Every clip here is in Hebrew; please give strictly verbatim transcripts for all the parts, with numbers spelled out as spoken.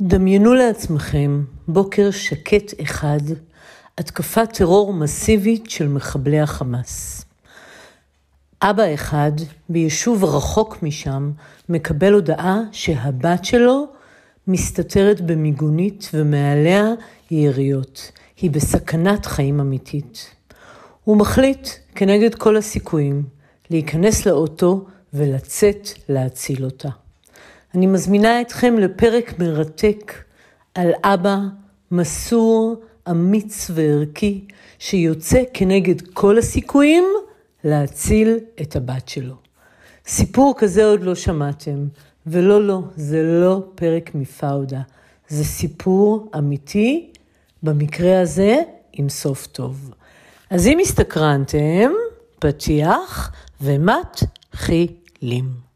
דמיינו לעצמכם בוקר שקט אחד, התקפת טרור מסיבית של מחבלי החמאס. אבא אחד ביישוב רחוק משם מקבל הודעה שהבת שלו מסתתרת במיגונית ומעליה יריות. היא בסכנת חיים אמיתית. הוא מחליט כנגד כל הסיכויים להיכנס לאוטו ולצאת להציל אותה. אני מזמינה אתכם לפרק מרתק על אבא מסור, אמיץ וערכי, שיוצא כנגד כל הסיכויים להציל את הבת שלו. סיפור כזה עוד לא שמעתם, ולא לא, זה לא פרק מפאודה. זה סיפור אמיתי, במקרה הזה עם סוף טוב. אז אם הסתקרנתם, פתיח ומתחילים.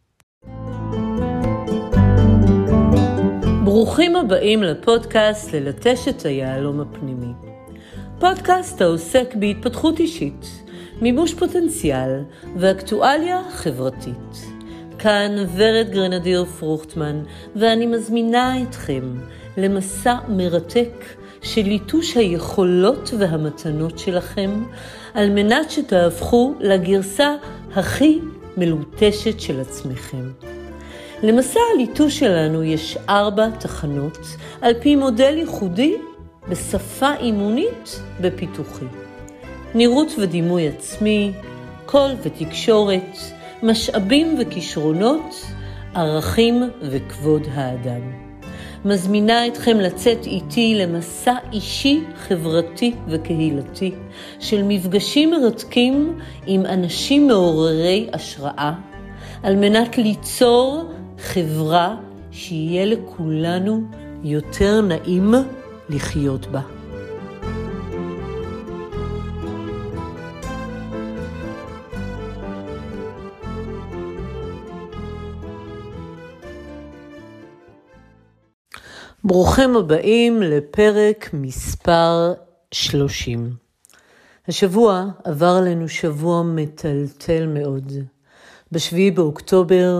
ברוכים הבאים לפודקאסט ללטש את היהלום הפנימי. פודקאסט העוסק בהתפתחות אישית, מימוש פוטנציאל ואקטואליה חברתית. כאן ורד גרנדיר פרוכטמן, ואני מזמינה אתכם למסע מרתק של ליטוש היכולות והמתנות שלכם, על מנת שתהפכו לגרסה הכי מלוטשת של עצמכם. למסע הליטוש שלנו יש ארבע תחנות, על פי מודל ייחודי בשפה אימונית בפיתוחי. נראות ודימוי עצמי, קול ותקשורת, משאבים וכישרונות, ערכים וכבוד האדם. מזמינה אתכם לצאת איתי למסע אישי, חברתי וקהילתי, של מפגשים מרתקים עם אנשים מעוררי השראה, על מנת ליצור חברה שיהיה לכולנו יותר נעים לחיות בה. ברוכים הבאים לפרק מספר שלושים. השבוע עבר עלינו שבוע מטלטל מאוד. בשביעי באוקטובר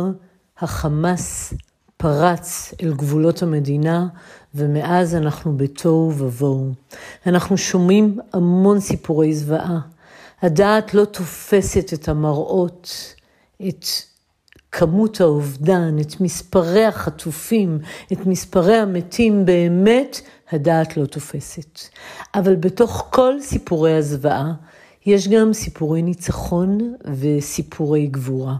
החמאס פרץ אל גבולות המדינה, ומאז אנחנו בתוהו ובוהו. אנחנו שומעים המון סיפורי זוועה. הדעת לא תופסת את המראות, את כמות האובדן, את מספרי החטופים, את מספרי המתים, באמת הדעת לא תופסת. אבל בתוך כל סיפורי הזוועה, יש גם סיפורי ניצחון וסיפורי גבורה.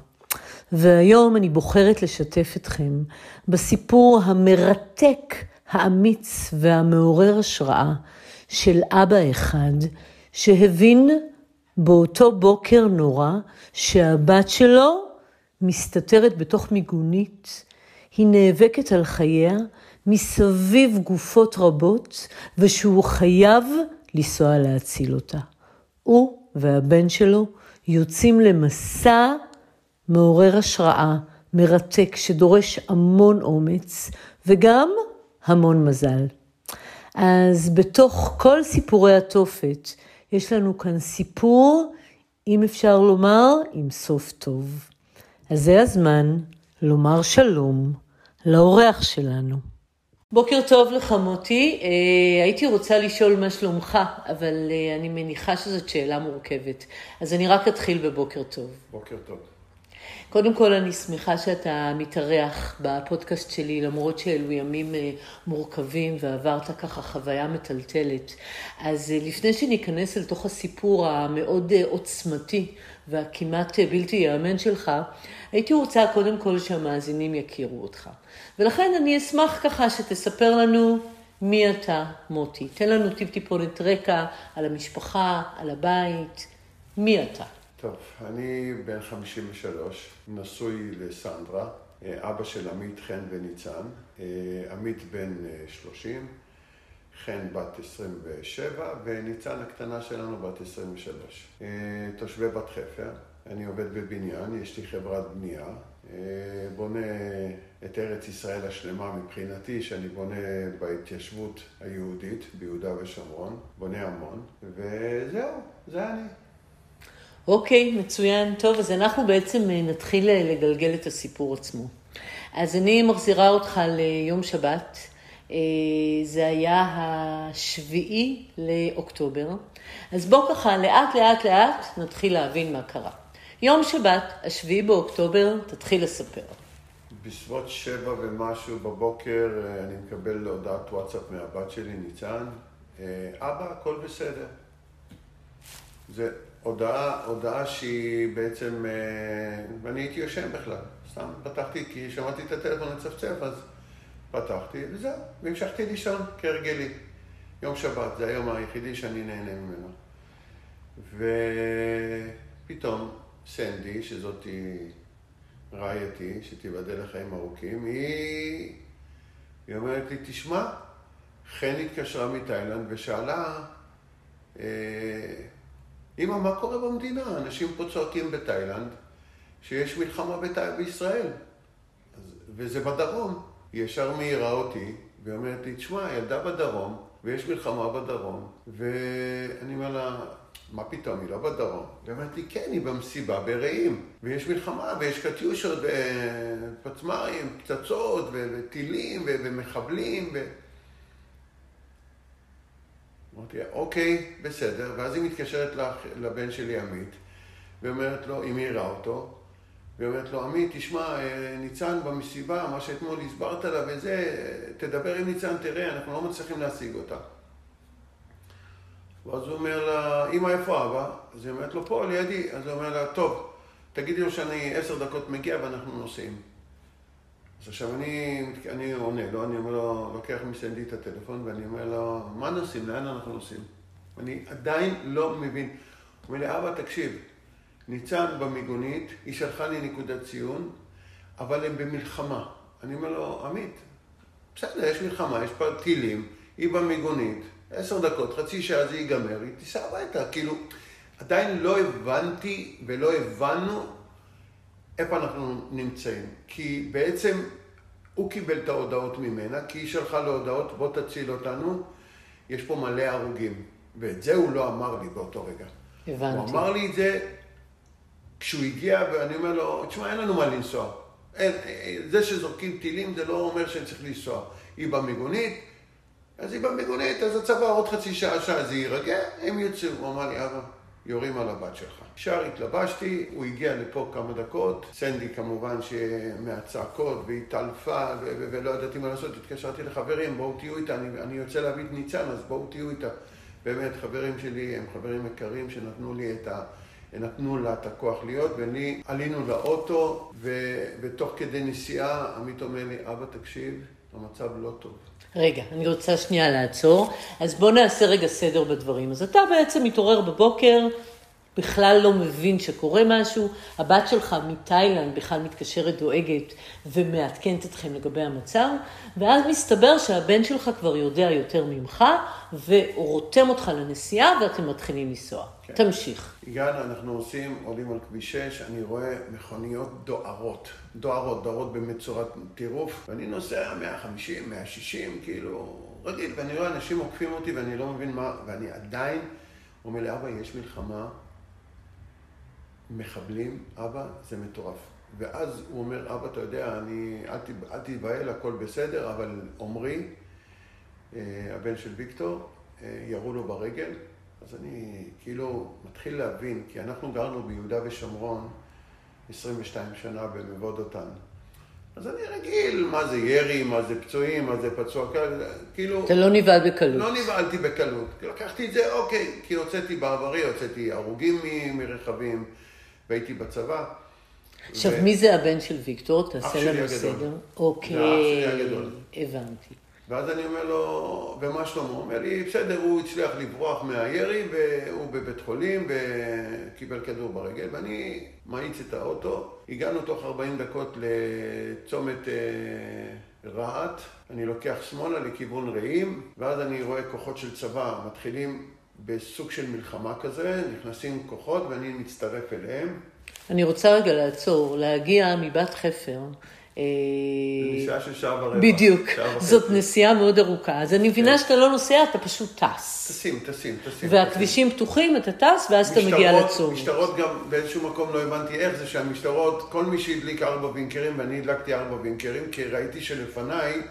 והיום אני בוחרת לשתף אתכם בסיפור המרתק, האמיץ והמעורר השראה של אבא אחד שהבין באותו בוקר נורא שהבת שלו מסתתרת בתוך מיגונית. היא נאבקת על חייה מסביב גופות רבות, ושהוא חייב לנסוע להציל אותה. הוא והבן שלו יוצאים למסע מעורר השראה, מרתק, שדורש המון אומץ וגם המון מזל. אז בתוך כל סיפורי התופת יש לנו כאן סיפור, אם אפשר לומר, עם סוף טוב. אז זה הזמן לומר שלום לאורח שלנו. בוקר טוב לך מוטי, אה, הייתי רוצה לשאול מה שלומך, אבל אה, אני מניחה שזאת שאלה מורכבת. אז אני רק אתחיל בבוקר טוב. בוקר טוב. קודם כל אני שמחה שאתה מתארח בפודקאסט שלי, למרות שאלו ימים מורכבים ועברת ככה חוויה מטלטלת. אז לפני שניכנס לתוך הסיפור המאוד עוצמתי והכמעט בלתי יאמן שלך, הייתי רוצה קודם כל שהמאזינים יכירו אותך. ולכן אני אשמח ככה שתספר לנו מי אתה, מוטי. תן לנו טיפ-טיפונת רקע על המשפחה, על הבית. מי אתה? טוב, אני בן חמישים ושלוש, נשוי לסנדרה, אבא של עמית, חן וניצן. עמית בן שלושים, חן בת עשרים ושבע, וניצן הקטנה שלנו בת עשרים ושלוש. תושבי בת חפר, אני עובד בבניין, יש לי חברת בנייה, בונה את ארץ ישראל השלמה מבחינתי, שאני בונה בהתיישבות היהודית ביהודה ושומרון, בונה המון, וזהו, זה אני. אוקיי, מצוין. טוב, אז אנחנו בעצם נתחיל לגלגל את הסיפור עצמו. אז אני מחזירה אותך ליום שבת, זה היה השביעי לאוקטובר. אז בוא ככה, לאט לאט לאט נתחיל להבין מה קרה. יום שבת, השביעי באוקטובר, תתחיל לספר. בסביבות שבע ומשהו בבוקר אני מקבל הודעת וואטסאפ מהבת שלי, ניצן. אבא, הכל בסדר. זה הודעה, הודעה שהיא בעצם, ואני הייתי יושן בכלל. סתם פתחתי, כי שמעתי את הטלפון לצפצף, אז פתחתי וזהו. והמשכתי לישון כהרגלי. יום שבת, זה היום היחידי שאני נהנה ממנו. ופתאום סנדי, שזאת רעייתי, שתיבדל לחיים ארוכים, היא, היא אומרת לי, תשמע, חן התקשרה מתאילנד ושאלה, אה, אמא, מה קורה במדינה? אנשים פה צועקים בתאילנד שיש מלחמה בת... בישראל. אז, וזה בדרום. היא ישר מהירה אותי, והיא אומרת לי, תשמע, ילדה בדרום, ויש מלחמה בדרום, ואני אומר לה, מה פתאום, היא לא בדרום. והיא אומרת לי, כן, היא במסיבה ברעים, ויש מלחמה, ויש קטיושות, ופצמרים, פצצות, וטילים, ומחבלים, ו... אמרתי, אוקיי, בסדר, ואז היא מתקשרת לבן שלי עמית, ואומרת לו, היא מהירה אותו, ואומרת לו, עמית, תשמע, ניצן במסיבה, מה שאתמול הסברת לה וזה, תדבר עם ניצן, תראה, אנחנו לא מצליחים להשיג אותה. ואז הוא אומר לה, אמא, איפה אבא? אז היא אומרת לו, פה, לידי. אז הוא אומר לה, טוב, תגידי לו שאני עשר דקות מגיע ואנחנו נוסעים. אז עכשיו אני, אני עונה לו, אני אומר לו, לוקח מסנדי את הטלפון, ואני אומר לו, מה נוסעים? לאן אנחנו נוסעים? אני עדיין לא מבין. הוא אומר לי, אבא, תקשיב, ניצן במיגונית, היא שלחה לי נקודת ציון, אבל הם במלחמה. אני אומר לו, עמית, בסדר, יש מלחמה, יש פה טילים, היא במיגונית, עשר דקות, חצי שעה זה ייגמר, היא תיסע הביתה. כאילו, עדיין לא הבנתי ולא הבנו איפה אנחנו נמצאים. כי בעצם הוא קיבל את ההודעות ממנה, כי היא שלחה לו הודעות, בוא תציל אותנו, יש פה מלא הרוגים. ואת זה הוא לא אמר לי באותו רגע. הבנתי. הוא אמר לי את זה כשהוא הגיע, ואני אומר לו, תשמע, אין לנו מה לנסוע. אין, זה שזורקים טילים, זה לא אומר שאני צריך לנסוע. היא במיגונית, אז היא במיגונית, אז הצבא עוד חצי שעה, שעה, זה יירגע, הם יוצאו. הוא אמר לי, אבא, יורים על הבת שלך. ישר התלבשתי, הוא הגיע לפה כמה דקות, סנדי כמובן שמהצעקות, והיא תלפה, ולא ידעתי מה לעשות, התקשרתי לחברים, בואו תהיו איתה, אני, אני יוצא להביא את ניצן, אז בואו תהיו איתה. באמת, חברים שלי הם חברים יקרים שנתנו לי את ה... נתנו לה את הכוח להיות, ואני עלינו לאוטו, ותוך כדי נסיעה, עמית אומר לי, אבא, תקשיב, המצב לא טוב. רגע, אני רוצה שנייה לעצור. אז בוא נעשה רגע סדר בדברים. אז אתה בעצם מתעורר בבוקר, בכלל לא מבין שקורה משהו, הבת שלך מתאילנד בכלל מתקשרת, דואגת ומעדכנת אתכם לגבי המצב, ואז מסתבר שהבן שלך כבר יודע יותר ממך, והוא רותם אותך לנסיעה ואתם מתחילים לנסוע. כן. תמשיך. הגענו, אנחנו עושים, עולים על כביש שש, אני רואה מכוניות דוהרות, דוהרות, דוהרות במצורת טירוף, ואני נוסע מאה וחמישים, מאה ושישים, כאילו, רגיל, ואני רואה אנשים עוקפים אותי ואני לא מבין מה, ואני עדיין אומר לי, אבא, יש מלחמה, מחבלים, אבא, זה מטורף. ואז הוא אומר, אבא, אתה יודע, אני, אל תתבהל, הכל בסדר, אבל עומרי, הבן של ויקטור, ירו לו ברגל, אז אני כאילו מתחיל להבין, כי אנחנו גרנו ביהודה ושומרון עשרים ושתיים שנה במבוא דותן. אז אני רגיל, מה זה ירי, מה זה פצועים, מה זה פצוע, כאילו... אתה לא נבהל בקלות. לא נבהלתי בקלות. לקחתי את זה, אוקיי, כי הוצאתי בעברי, הוצאתי הרוגים מרכבים, והייתי בצבא. עכשיו, ו... מי זה הבן של ויקטור? תעשה לנו סדר. אוקיי, זה אח שלי הגדול. הבנתי. ואז אני אומר לו, ומה שלמה? הוא אומר לי, בסדר, הוא הצליח לברוח מהירי, והוא בבית חולים, וקיבל כדור ברגל, ואני מאיץ את האוטו. הגענו תוך ארבעים דקות לצומת אה, רהט, אני לוקח שמאלה לכיוון רעים, ואז אני רואה כוחות של צבא, מתחילים בסוג של מלחמה כזה, נכנסים כוחות ואני מצטרף אליהם. אני רוצה רגע לעצור, להגיע מבת חפר. נסיעה של שעה ורבע. בדיוק, זאת נסיעה מאוד ארוכה. אז אני מבינה שאתה לא נוסע, אתה פשוט טס. טסים, טסים, טסים. והכבישים פתוחים, אתה טס, ואז אתה מגיע לצומת. משטרות גם, באיזשהו מקום לא הבנתי איך זה שהמשטרות, כל מי שהדליק ארבע וינקרים, ואני הדלקתי ארבע וינקרים, כי ראיתי שלפניי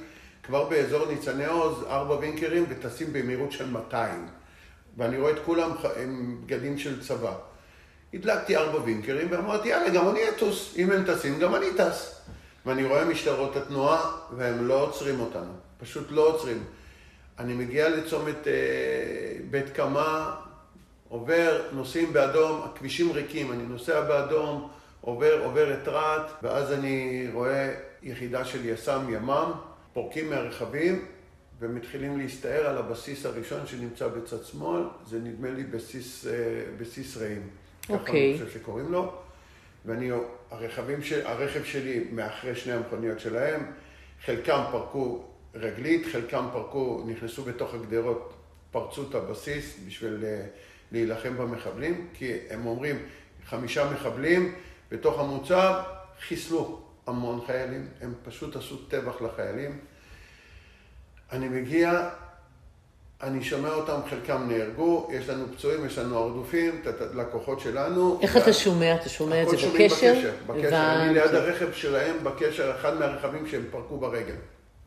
כבר באזור ניצני עוז, ארבע וינקרים וטסים במהירות של מאתיים. ואני רואה את כולם עם בגדים של צבא. הדלקתי ארבע וינקרים ואמרתי, יאללה, גם אני אטוס. אם הם טסים, גם אני טס. ואני רואה משטרות התנועה, והם לא עוצרים אותנו. פשוט לא עוצרים. אני מגיע לצומת אה, בית קמה, עובר, נוסעים באדום, הכבישים ריקים, אני נוסע באדום, עובר, עובר את רעת, ואז אני רואה יחידה של יס"מ ימ"מ, פורקים מהרכבים, ומתחילים להסתער על הבסיס הראשון שנמצא בצד שמאל, זה נדמה לי בסיס, בסיס רעים. אוקיי. ככה אני חושב שקוראים לו. ואני, הרכבים של, הרכב שלי מאחרי שני המכוניות שלהם, חלקם פרקו רגלית, חלקם פרקו, נכנסו בתוך הגדרות, פרצו את הבסיס בשביל להילחם במחבלים, כי הם אומרים, חמישה מחבלים בתוך המוצב, חיסלו המון חיילים, הם פשוט עשו טבח לחיילים. אני מגיע, אני שומע אותם, חלקם נהרגו, יש לנו פצועים, יש לנו הרדופים, את הלקוחות שלנו. איך אתה שומע? אתה שומע את זה בקשר? הכל שומעים בקשר, בקשר. אני ליד הרכב שלהם בקשר, אחד מהרכבים שהם פרקו ברגל.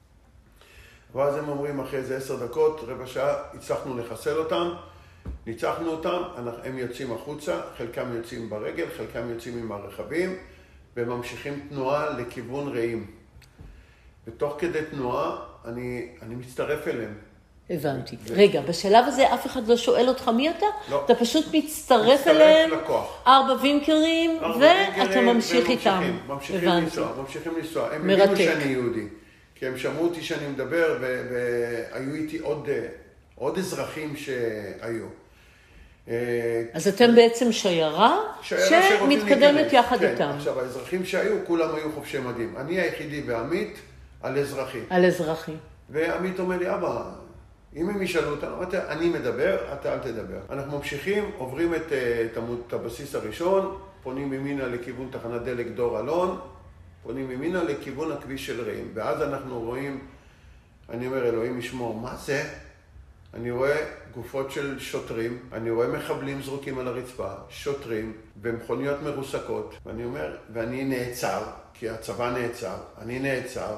ואז הם אומרים, אחרי איזה עשר דקות, רבע שעה, הצלחנו לחסל אותם, ניצחנו אותם, הם יוצאים החוצה, חלקם יוצאים ברגל, חלקם יוצאים עם הרכבים, וממשיכים תנועה לכיוון רעים. ותוך כדי תנועה, אני, אני מצטרף אליהם. הבנתי. ו... רגע, בשלב הזה אף אחד לא שואל אותך מי אתה? לא. אתה פשוט מצטרף אליהם, לקוח. ארבע וינקרים, ואתה ממשיך איתם. ממשיכים לנסוע, ממשיכים לנסוע. הם הבינו שאני יהודי. כי הם שמעו אותי שאני מדבר, והיו איתי עוד, עוד אזרחים שהיו. אז אתם בעצם שיירה שמתקדמת יחד כן. איתם. עכשיו, האזרחים שהיו, כולם היו חובשי מדים. אני היחידי ועמית על אזרחי. על אזרחי. ועמית אומר לי, אבא, אם הם ישאלו אותנו, אני מדבר, אתה אל תדבר. אנחנו ממשיכים, עוברים את, את, את הבסיס הראשון, פונים ימינה לכיוון תחנת דלק דור אלון, פונים ימינה לכיוון הכביש של רעים. ואז אנחנו רואים, אני אומר, אלוהים ישמור, מה זה? אני רואה גופות של שוטרים, אני רואה מחבלים זרוקים על הרצפה, שוטרים ומכוניות מרוסקות, ואני אומר, ואני נעצר, כי הצבא נעצר, אני נעצר,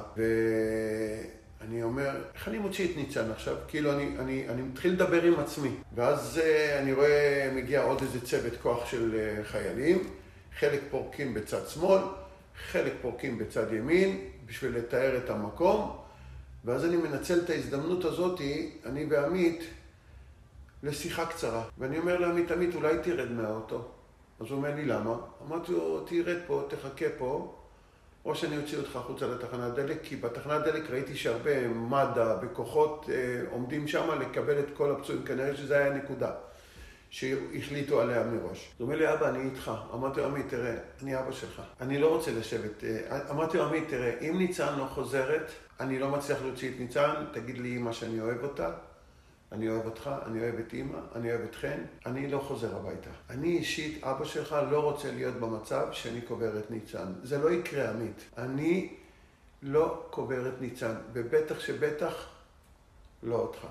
ואני אומר, איך אני מוציא את ניצן עכשיו? כאילו אני, אני, אני מתחיל לדבר עם עצמי, ואז אני רואה, מגיע עוד איזה צוות כוח של חיילים, חלק פורקים בצד שמאל, חלק פורקים בצד ימין, בשביל לתאר את המקום, ואז אני מנצל את ההזדמנות הזאת, אני ועמית, לשיחה קצרה. ואני אומר לעמית, עמית, אולי תרד מהאוטו. אז הוא אומר לי, למה? אמרתי לו, תרד פה, תחכה פה, או שאני אוציא אותך החוצה לתחנת דלק, כי בתחנת דלק ראיתי שהרבה מד"א וכוחות אה, עומדים שם לקבל את כל הפצועים, כנראה שזה היה נקודה שהחליטו עליה מראש. הוא אומר לי, אבא, אני איתך. אמרתי לו, עמית, תראה, אני אבא שלך. אני לא רוצה לשבת. אמרתי לו, עמית, תראה, אם ניצן לא חוזרת, אני לא מצליח להוציא את ניצן, תגיד לי אמא שאני אוהב אותה, אני אוהב אותך, אני אוהב את אמא, אני אוהב אתכן, אני לא חוזר הביתה. אני אישית, אבא שלך לא רוצה להיות במצב שאני קובר את ניצן. זה לא יקרה, עמית. אני לא קובר את ניצן, ובטח שבטח לא אותך.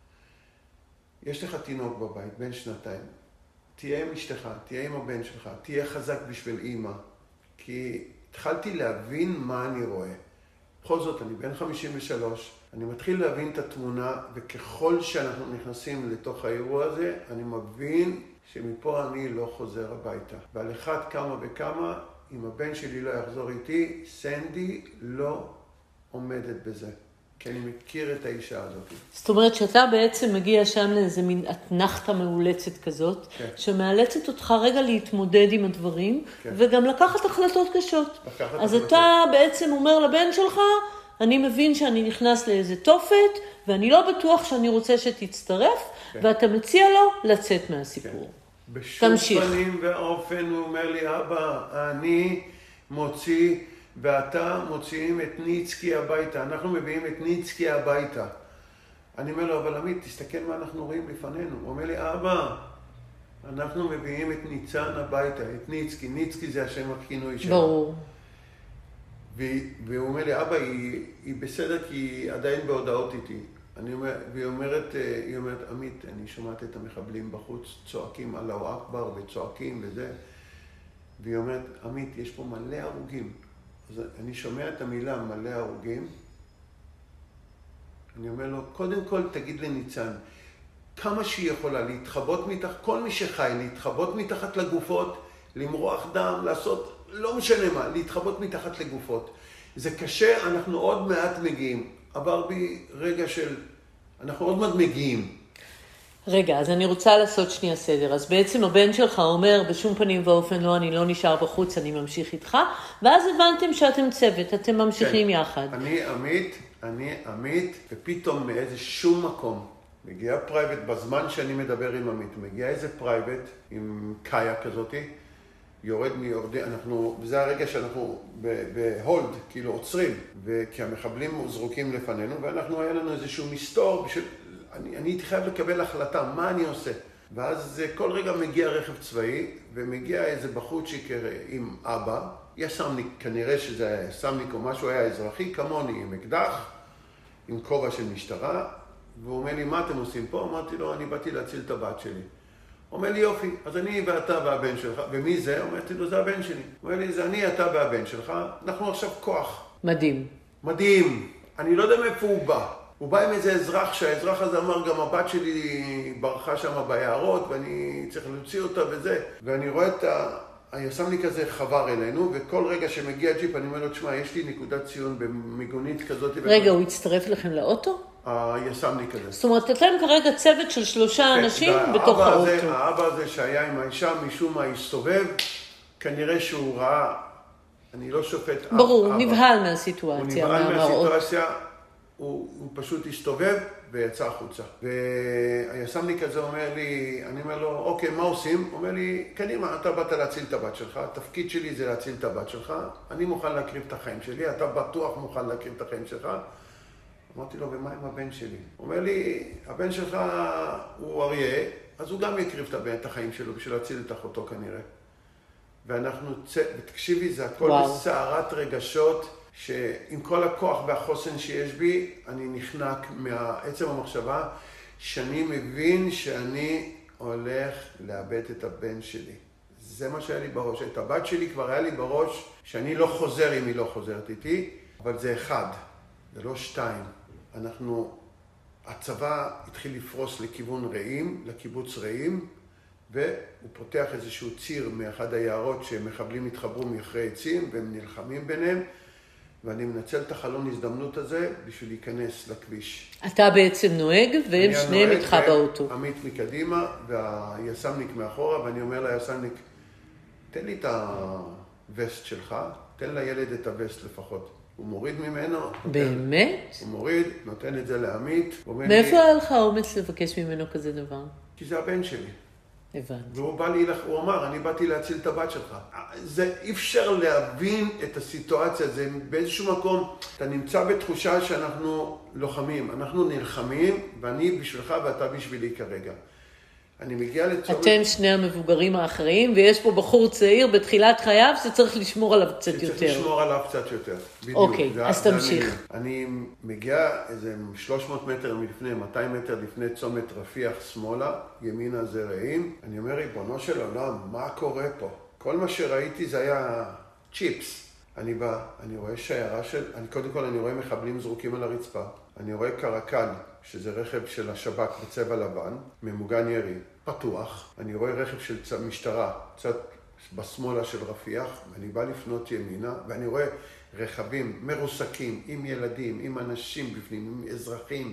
יש לך תינוק בבית, בן שנתיים. תהיה עם אשתך, תהיה עם הבן שלך, תהיה חזק בשביל אמא. כי התחלתי להבין מה אני רואה. בכל זאת, אני בן חמישים ושלוש, אני מתחיל להבין את התמונה, וככל שאנחנו נכנסים לתוך האירוע הזה, אני מבין שמפה אני לא חוזר הביתה. ועל אחד כמה וכמה, אם הבן שלי לא יחזור איתי, סנדי לא עומדת בזה. כי אני מכיר את האישה הזאת. זאת אומרת שאתה בעצם מגיע שם לאיזה מין אתנחתה מאולצת כזאת, כן. שמאלצת אותך רגע להתמודד עם הדברים, כן. וגם לקחת החלטות קשות. לקחת אז החלטות. אתה בעצם אומר לבן שלך, אני מבין שאני נכנס לאיזה תופת, ואני לא בטוח שאני רוצה שתצטרף, כן. ואתה מציע לו לצאת מהסיפור. כן. בשום תמשיך. פנים ואופן הוא אומר לי, אבא, אני מוציא... ואתה מוציאים את ניצקי הביתה. אנחנו מביאים את ניצקי הביתה. אני אומר לו, אבל עמית, תסתכל מה אנחנו רואים לפנינו. הוא אומר לי, אבא, אנחנו מביאים את ניצן הביתה, את ניצקי. ניצקי זה השם הכינוי שלו. ברור. והוא אומר לי, אבא, היא, היא בסדר כי היא עדיין בהודעות איתי. אני אומר, והיא אומרת, היא אומרת, עמית, אני שומעת את המחבלים בחוץ, צועקים אללהו אכבר וצועקים וזה. והיא אומרת, עמית, יש פה מלא הרוגים. אז אני שומע את המילה מלא הרוגים, אני אומר לו, קודם כל תגיד לניצן, כמה שהיא יכולה להתחבות מתחת, כל מי שחי, להתחבות מתחת לגופות, למרוח דם, לעשות, לא משנה מה, להתחבות מתחת לגופות. זה קשה, אנחנו עוד מעט מגיעים. עבר בי רגע של, אנחנו עוד מעט מגיעים. רגע, אז אני רוצה לעשות שנייה סדר. אז בעצם הבן שלך אומר, בשום פנים ואופן לא, אני לא נשאר בחוץ, אני ממשיך איתך, ואז הבנתם שאתם צוות, אתם ממשיכים כן. יחד. אני עמית, אני עמית, ופתאום מאיזה שום מקום, מגיע פרייבט, בזמן שאני מדבר עם עמית, מגיע איזה פרייבט עם קאיה כזאתי, יורד מיורדי, אנחנו, וזה הרגע שאנחנו בהולד, כאילו עוצרים, וכי המחבלים זרוקים לפנינו, ואנחנו, היה לנו איזשהו מסתור, בשביל, אני, אני הייתי חייב לקבל החלטה, מה אני עושה? ואז כל רגע מגיע רכב צבאי, ומגיע איזה בחורצ'יק עם אבא, יש סמניק, כנראה שזה סמניק או משהו, היה אזרחי כמוני, עם אקדח, עם כובע של משטרה, והוא אומר לי, מה אתם עושים פה? אמרתי לו, אני באתי להציל את הבת שלי. הוא אומר לי, יופי, אז אני ואתה והבן שלך, ומי זה? אמרתי לו, זה הבן שלי. הוא אומר לי, זה אני, אתה והבן שלך, אנחנו עכשיו כוח. מדהים. מדהים. אני לא יודע מאיפה הוא בא. הוא בא עם איזה אזרח, שהאזרח הזה אמר, גם הבת שלי ברחה שם ביערות, ואני צריך להוציא אותה וזה. ואני רואה את ה... היס"מניק הזה חבר אלינו, וכל רגע שמגיע ג'יפ, אני אומר לו, תשמע, יש לי נקודת ציון במיגונית כזאת. רגע, הוא הצטרף לכם לאוטו? היס"מניק הזה. זאת אומרת, אתם כרגע צוות של שלושה אנשים בתוך האוטו. האבא הזה שהיה עם האישה, משום מה הסתובב, כנראה שהוא ראה, אני לא שופט אבא. ברור, הוא נבהל מהסיטואציה. הוא נבהל מהסיטואציה, הוא פשוט הסתובב ויצא החוצה. והיס"מניק הזה אומר לי, אני אומר לו, אוקיי, מה עושים? הוא אומר לי, קדימה, אתה באת להציל את הבת שלך, התפקיד שלי זה להציל את הבת שלך, אני מוכן להקריב את החיים שלי, אתה בטוח מוכן להקריב את החיים שלך. אמרתי לו, ומה עם הבן שלי? הוא אומר לי, הבן שלך הוא אריה, אז הוא גם יקריב את החיים שלו בשביל להציל את אחותו כנראה. ואנחנו, ותקשיבי, זה הכל בסערת רגשות, שעם כל הכוח והחוסן שיש בי, אני נחנק מעצם המחשבה, שאני מבין שאני הולך לאבד את הבן שלי. זה מה שהיה לי בראש. את הבת שלי כבר היה לי בראש, שאני לא חוזר אם היא לא חוזרת איתי, אבל זה אחד, זה לא שתיים. אנחנו, הצבא התחיל לפרוס לכיוון רעים, לקיבוץ רעים, והוא פותח איזשהו ציר מאחד היערות שמחבלים התחברו מאחרי עצים, והם נלחמים ביניהם, ואני מנצל את החלון הזדמנות הזה בשביל להיכנס לכביש. אתה בעצם נוהג, והם שניהם איתך באוטו. עמית מקדימה, והיס"מניק מאחורה, ואני אומר ליס"מניק, תן לי את הווסט שלך, תן לילד את הווסט לפחות. הוא מוריד ממנו. באמת? הוא מוריד, נותן את זה לעמית. מאיפה היה לך אומץ לבקש ממנו כזה דבר? כי זה הבן שלי. הבנתי. והוא בא לי, הוא אמר, אני באתי להציל את הבת שלך. זה אי אפשר להבין את הסיטואציה, זה באיזשהו מקום, אתה נמצא בתחושה שאנחנו לוחמים, אנחנו נלחמים, ואני בשבילך ואתה בשבילי כרגע. אני מגיע לצומת... אתם שני המבוגרים האחראים, ויש פה בחור צעיר בתחילת חייו שצריך לשמור עליו קצת יותר. שצריך לשמור עליו קצת יותר, בדיוק. אוקיי, אז תמשיך. אני מגיע איזה שלוש מאות מטר מלפני, מאתיים מטר לפני צומת רפיח שמאלה, ימינה זה רעים. אני אומר, ריבונו של עולם, מה קורה פה? כל מה שראיתי זה היה צ'יפס. אני בא, אני רואה שיירה של... אני, קודם כל אני רואה מחבלים זרוקים על הרצפה. אני רואה קרקל, שזה רכב של השב"כ בצבע לבן, ממוגן ירי, פתוח. אני רואה רכב של משטרה, קצת בשמאלה של רפיח, ואני בא לפנות ימינה, ואני רואה רכבים מרוסקים, עם ילדים, עם אנשים בפנים, עם אזרחים,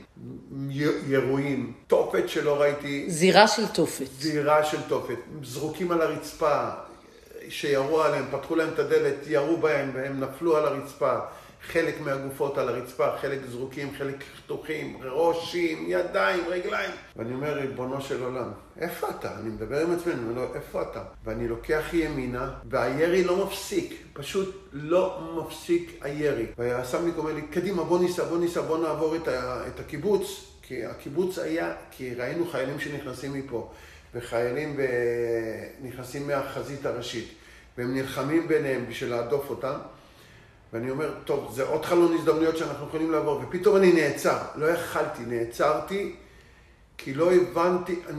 ירועים, תופת שלא ראיתי. זירה של תופת. זירה של תופת, זרוקים על הרצפה, שירו עליהם, פתחו להם את הדלת, ירו בהם, והם נפלו על הרצפה. חלק מהגופות על הרצפה, חלק זרוקים, חלק חתוכים, ראשים, ידיים, רגליים. ואני אומר, ריבונו של עולם, איפה אתה? אני מדבר עם עצמי, אני אומר לו, איפה אתה? ואני לוקח ימינה, והירי לא מפסיק, פשוט לא מפסיק הירי. והיס"מניק אומר לי, קדימה, בוא ניסע, בוא ניסע, בוא נעבור את, ה- את הקיבוץ, כי הקיבוץ היה, כי ראינו חיילים שנכנסים מפה, וחיילים ב... נכנסים מהחזית הראשית, והם נלחמים ביניהם בשביל להדוף אותם. ואני אומר, טוב, זה עוד חלון הזדמנויות שאנחנו יכולים לעבור, ופתאום אני נעצר, לא יכלתי, נעצרתי, כי לא הבנתי, אני...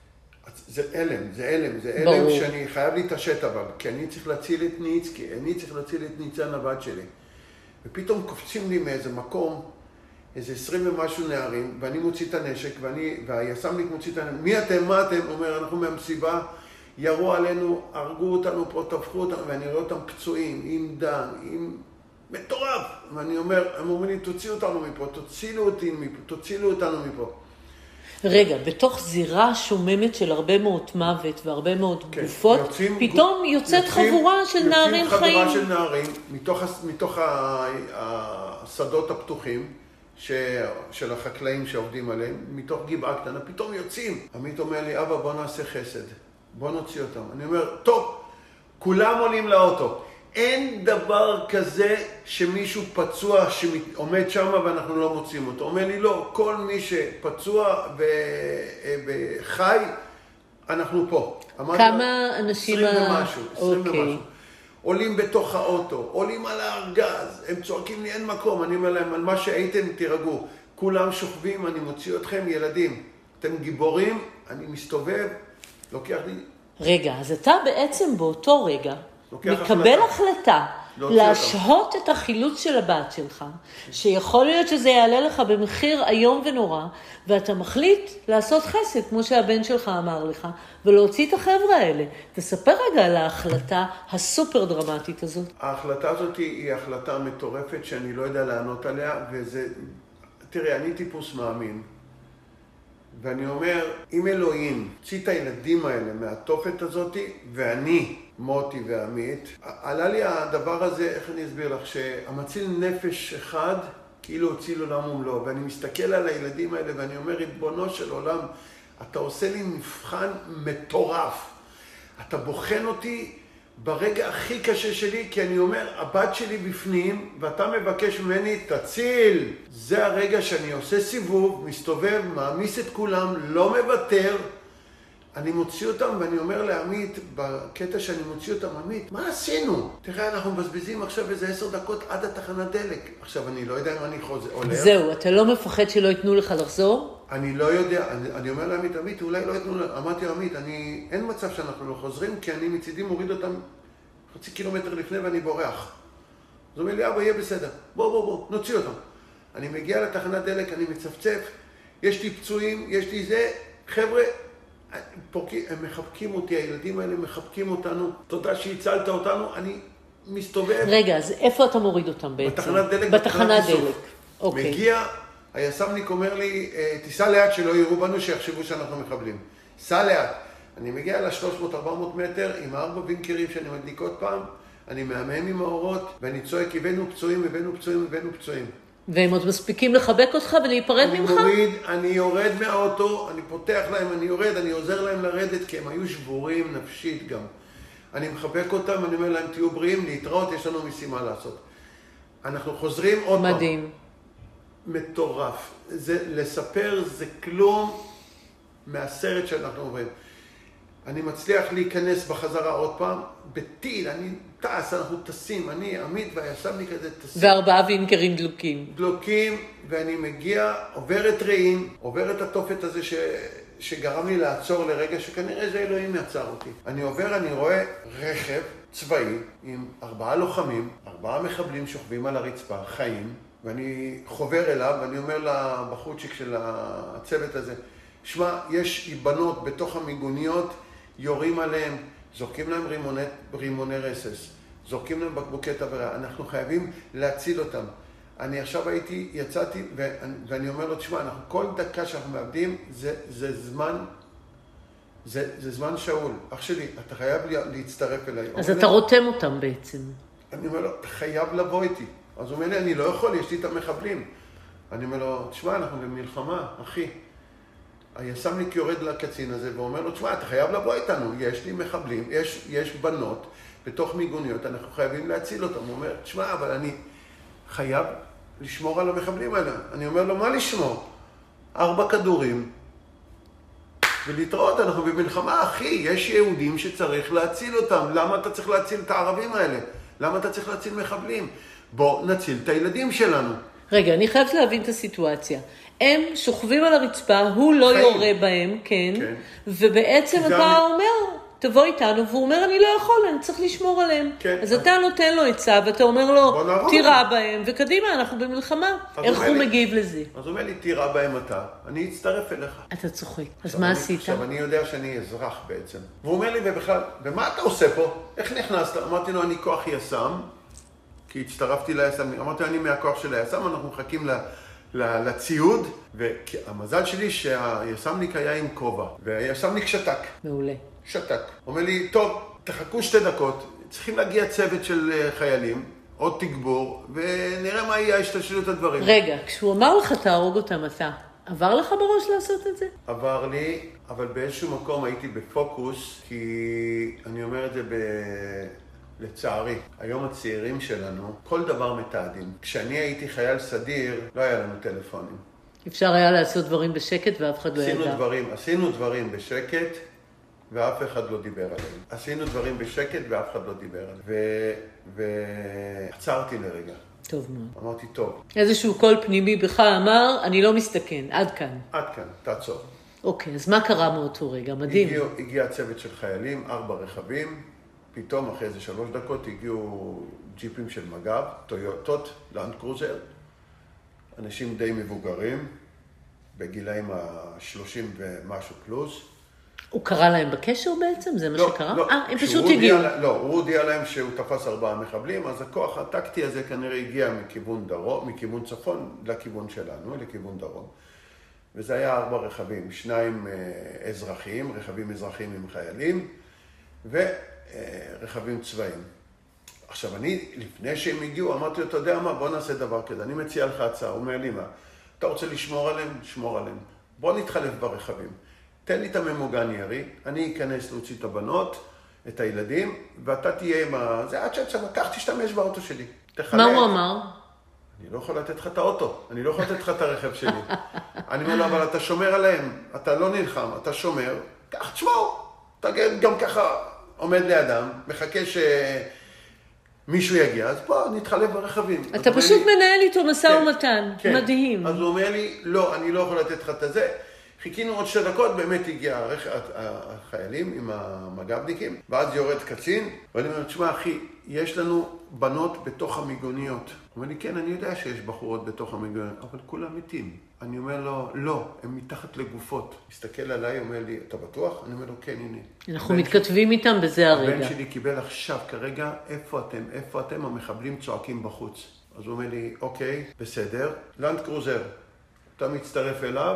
זה אלם, זה אלם, זה אלם ברור. שאני חייב להתעשת אבל, כי אני צריך להציל את ניצקי, אני צריך להציל את ניצן הבת שלי. ופתאום קופצים לי מאיזה מקום, איזה עשרים ומשהו נערים, ואני מוציא את הנשק, ואני, והיס"מניק מוציא את הנשק, מי אתם, מה אתם? אומר, אנחנו מהמסיבה, ירו עלינו, הרגו אותנו פה, טבחו אותנו, ואני רואה אותם פצועים, עם דם, עם מטורף. ואני אומר, הם אומרים לי, תוציאו אותנו מפה, תוצילו אותי מפה, תוצילו אותנו מפה. רגע, בתוך זירה שוממת של הרבה מאוד מוות והרבה מאוד כן, גופות, יוצאים, פתאום יוצאת יוצאים, חבורה של יוצאים נערים חבורה חיים. חבורה של נערים, מתוך, מתוך השדות הפתוחים, ש... של החקלאים שעובדים עליהם, מתוך גבעה קטנה, פתאום יוצאים. עמית אומר לי, אבא, בוא נעשה חסד, בוא נוציא אותם. אני אומר, טוב, כולם עולים לאוטו. אין דבר כזה שמישהו פצוע שעומד שם ואנחנו לא מוצאים אותו. אומר לי, לא, כל מי שפצוע וחי, אנחנו פה. כמה אנשים... עשרים ומשהו, עשרים אוקיי. ומשהו. עולים בתוך האוטו, עולים על הארגז, הם צועקים לי, אין מקום, אני אומר להם, על מה שהייתם תירגעו. כולם שוכבים, אני מוציא אתכם, ילדים. אתם גיבורים, אני מסתובב, לוקח לי... רגע, אז אתה בעצם באותו רגע מקבל החלטה להשהות את החילוץ של הבת שלך, שיכול להיות שזה יעלה לך במחיר היום ונורא, ואתה מחליט לעשות חסד, כמו שהבן שלך אמר לך, ולהוציא את החבר'ה האלה. תספר רגע על ההחלטה הסופר דרמטית הזאת. ההחלטה הזאת היא החלטה מטורפת שאני לא יודע לענות עליה, וזה... תראה, אני טיפוס מאמין, ואני אומר, אם אלוהים ציא את הילדים האלה מהתופת הזאת, ואני, מוטי ועמית, עלה לי הדבר הזה, איך אני אסביר לך, שהמציל נפש אחד, כאילו הציל עולם ומלואו, ואני מסתכל על הילדים האלה ואני אומר, ריבונו של עולם, אתה עושה לי מבחן מטורף. אתה בוחן אותי ברגע הכי קשה שלי, כי אני אומר, הבת שלי בפנים, ואתה מבקש ממני, תציל. זה הרגע שאני עושה סיבוב, מסתובב, מעמיס את כולם, לא מוותר. אני מוציא אותם ואני אומר לעמית, בקטע שאני מוציא אותם, עמית, מה עשינו? תראה, אנחנו מבזבזים עכשיו איזה עשר דקות עד התחנת דלק. עכשיו, אני לא יודע אם אני חוזר, הולך. זהו, אתה לא מפחד שלא ייתנו לך לחזור? אני לא יודע, אני, אני אומר לעמית, עמית, אולי לא ייתנו, אמרתי עמית, אני, אין מצב שאנחנו לא חוזרים, כי אני מצידי מוריד אותם חצי קילומטר לפני ואני בורח. אז הוא אומר לי, אבא, יהיה בסדר, בוא, בוא, בוא, נוציא אותם. אני מגיע לתחנת דלק, אני מצפצף, יש לי פצועים, יש לי זה, חבר'ה, הם מחבקים אותי, הילדים האלה מחבקים אותנו, תודה שהצלת אותנו, אני מסתובב. רגע, אז איפה אתה מוריד אותם בעצם? בתחנת דלק. בתחנת דלק, אוקיי. מגיע, היס"מניק אומר לי, תיסע לאט שלא יראו בנו, שיחשבו שאנחנו מחבלים. סע לאט. אני מגיע ל-שלוש מאות ארבע מאות מטר עם ארבע וינקרים שאני מדליק עוד פעם, אני מהמם עם האורות, ואני צועק, הבאנו פצועים, הבאנו פצועים, הבאנו פצועים. והם עוד מספיקים לחבק אותך ולהיפרד ממך? אני מוריד, אני יורד מהאוטו, אני פותח להם, אני יורד, אני עוזר להם לרדת, כי הם היו שבורים נפשית גם. אני מחבק אותם, אני אומר להם, תהיו בריאים, להתראות, יש לנו משימה לעשות. אנחנו חוזרים עוד פעם. מדהים. מטורף. זה, לספר זה כלום מהסרט שאנחנו עוברים. אני מצליח להיכנס בחזרה עוד פעם, בטיל, אני טס, אנחנו טסים, אני, עמית והיס"מניק הזה טסים. וארבעה וינקרים דלוקים. דלוקים, ואני מגיע, עובר את רעים, עובר את התופת הזה ש... שגרם לי לעצור לרגע, שכנראה זה אלוהים יצר אותי. אני עובר, אני רואה רכב צבאי עם ארבעה לוחמים, ארבעה מחבלים שוכבים על הרצפה, חיים, ואני חובר אליו, ואני אומר לבחורצ'יק של הצוות הזה, שמע, יש בנות בתוך המיגוניות, יורים עליהם, זורקים להם רימוני, רימוני רסס, זורקים להם בקבוקי תבערה, אנחנו חייבים להציל אותם. אני עכשיו הייתי, יצאתי, ואני, ואני אומר לו, תשמע, אנחנו כל דקה שאנחנו מאבדים, זה, זה זמן, זה, זה זמן שאול. אח שלי, אתה חייב להצטרף אליי. אז אתה רותם אותם בעצם. אני אומר לו, אתה חייב לבוא איתי. אז הוא אומר לי, אני לא יכול, יש לי את המחבלים. אני אומר לו, תשמע, אנחנו במלחמה, אחי. היס"מניק יורד לקצין הזה ואומר לו, תשמע, אתה חייב לבוא איתנו, יש לי מחבלים, יש, יש בנות בתוך מיגוניות, אנחנו חייבים להציל אותם. הוא אומר, תשמע, אבל אני חייב לשמור על המחבלים האלה. אני אומר לו, מה לשמור? ארבע כדורים, ולהתראות, אנחנו במלחמה, אחי, יש יהודים שצריך להציל אותם. למה אתה צריך להציל את הערבים האלה? למה אתה צריך להציל מחבלים? בוא נציל את הילדים שלנו. רגע, אני חייבת להבין את הסיטואציה. הם שוכבים על הרצפה, הוא לא חיים. יורה בהם, כן, כן. ובעצם אתה אני... אומר, תבוא איתנו, והוא אומר, אני לא יכול, אני צריך לשמור עליהם. כן. אז אתה נותן לו עצה, ואתה אומר לו, בוא נעבור תירה עליהם. בהם, וקדימה, אנחנו במלחמה. אז איך אומר הוא לי- מגיב לזה? אז הוא אומר לי, תירה בהם אתה, אני אצטרף אליך. אתה צוחק. אז עכשיו מה אני- עשית? עכשיו אני יודע שאני אזרח בעצם. והוא אומר לי, ובכלל, ומה אתה עושה פה? איך נכנסת? אמרתי לו, אני כוח יס"מ, כי הצטרפתי ליס"מ. אמרתי לו, אני מהכוח של היס"מ, אנחנו מחכים ל... ל- לציוד, והמזל שלי שהיס"מניק היה עם כובע, והיס"מניק שתק. מעולה. שתק. אומר לי, טוב, תחכו שתי דקות, צריכים להגיע צוות של אה, חיילים, עוד תגבור, ונראה מה יהיה השתלשלות הדברים. רגע, כשהוא אמר לך תהרוג אותם אתה, עבר לך בראש לעשות את זה? עבר לי, אבל באיזשהו מקום הייתי בפוקוס, כי אני אומר את זה ב... לצערי. היום הצעירים שלנו, כל דבר מתעדים. כשאני הייתי חייל סדיר, לא היה לנו טלפונים. אפשר היה לעשות דברים בשקט ואף אחד לא עשינו ידע. דברים, עשינו דברים בשקט, ואף אחד לא דיבר עליהם. עשינו דברים בשקט ואף אחד לא דיבר עליהם. ו... ועצרתי לרגע. טוב מאוד. אמרתי, טוב, איזשהו קול פנימי בך אמר, אני לא מסתכן, עד כאן. עד כאן, תעצור. אוקיי, אז מה קרה מאותו רגע? מדהים. הגיע, הגיע צוות של חיילים, ארבע רכבים, פתאום אחרי איזה שלוש דקות הגיעו ג'יפים של מג"ב, טויוטות, לנד קרוזר, אנשים די מבוגרים, בגילאים ה-שלושים ומשהו פלוס. הוא קרא להם בקשר בעצם? זה מה לא, שקרה? לא, אה, הם כשהוא פשוט הודיע הגיעו. לה- לא, הוא הודיע להם שהוא תפס ארבעה מחבלים, אז הכוח הטקטי הזה כנראה הגיע מכיוון דרום, מכיוון צפון לכיוון שלנו, לכיוון דרום. וזה היה ארבע רכבים, שניים אה, אזרחיים, רכבים אזרחיים עם חיילים, ורכבים צבאיים. עכשיו, אני, לפני שהם הגיעו, אמרתי לו, אתה יודע מה, בוא נעשה דבר כזה, אני מציע לך הצעה, הוא אומר לי מה, אתה רוצה לשמור עליהם? שמור עליהם. בוא נתחלף ברכבים. תן לי את הממוגן ירי, אני אכנס להוציא את הבנות, את הילדים, ואתה תהיה עם ה... זה עד שעד שמה, קח תשתמש באוטו שלי. תחלק. מה הוא אמר? אני לא יכול לתת לך את האוטו, אני לא יכול לתת לך את הרכב שלי. אני אומר לו, אבל אתה שומר עליהם, אתה לא נלחם, אתה שומר, קח, תשמור. אתה גם ככה עומד לידם, מחכה שמישהו יגיע, אז בוא, נתחלף ברכבים. אתה פשוט מנהל איתו משא ומתן. כן. מדהים. אז הוא אומר לי, לא, אני לא יכול לתת לך את זה. חיכינו עוד שתי דקות, באמת הגיע הרכ... החיילים עם המג"בניקים, ואז יורד קצין, ואני אומר, תשמע אחי, יש לנו בנות בתוך המיגוניות. הוא אומר לי, כן, אני יודע שיש בחורות בתוך המיגוניות, אבל כולם מתים. אני אומר לו, לא, הם מתחת לגופות. מסתכל עליי, אומר לי, אתה בטוח? אני אומר לו, כן, הנה. אנחנו מתכתבים איתם בזה הרגע. הבן שלי קיבל עכשיו, כרגע, איפה אתם? איפה אתם? המחבלים צועקים בחוץ. אז הוא אומר לי, אוקיי, בסדר. לנד קרוזר. אתה מצטרף אליו,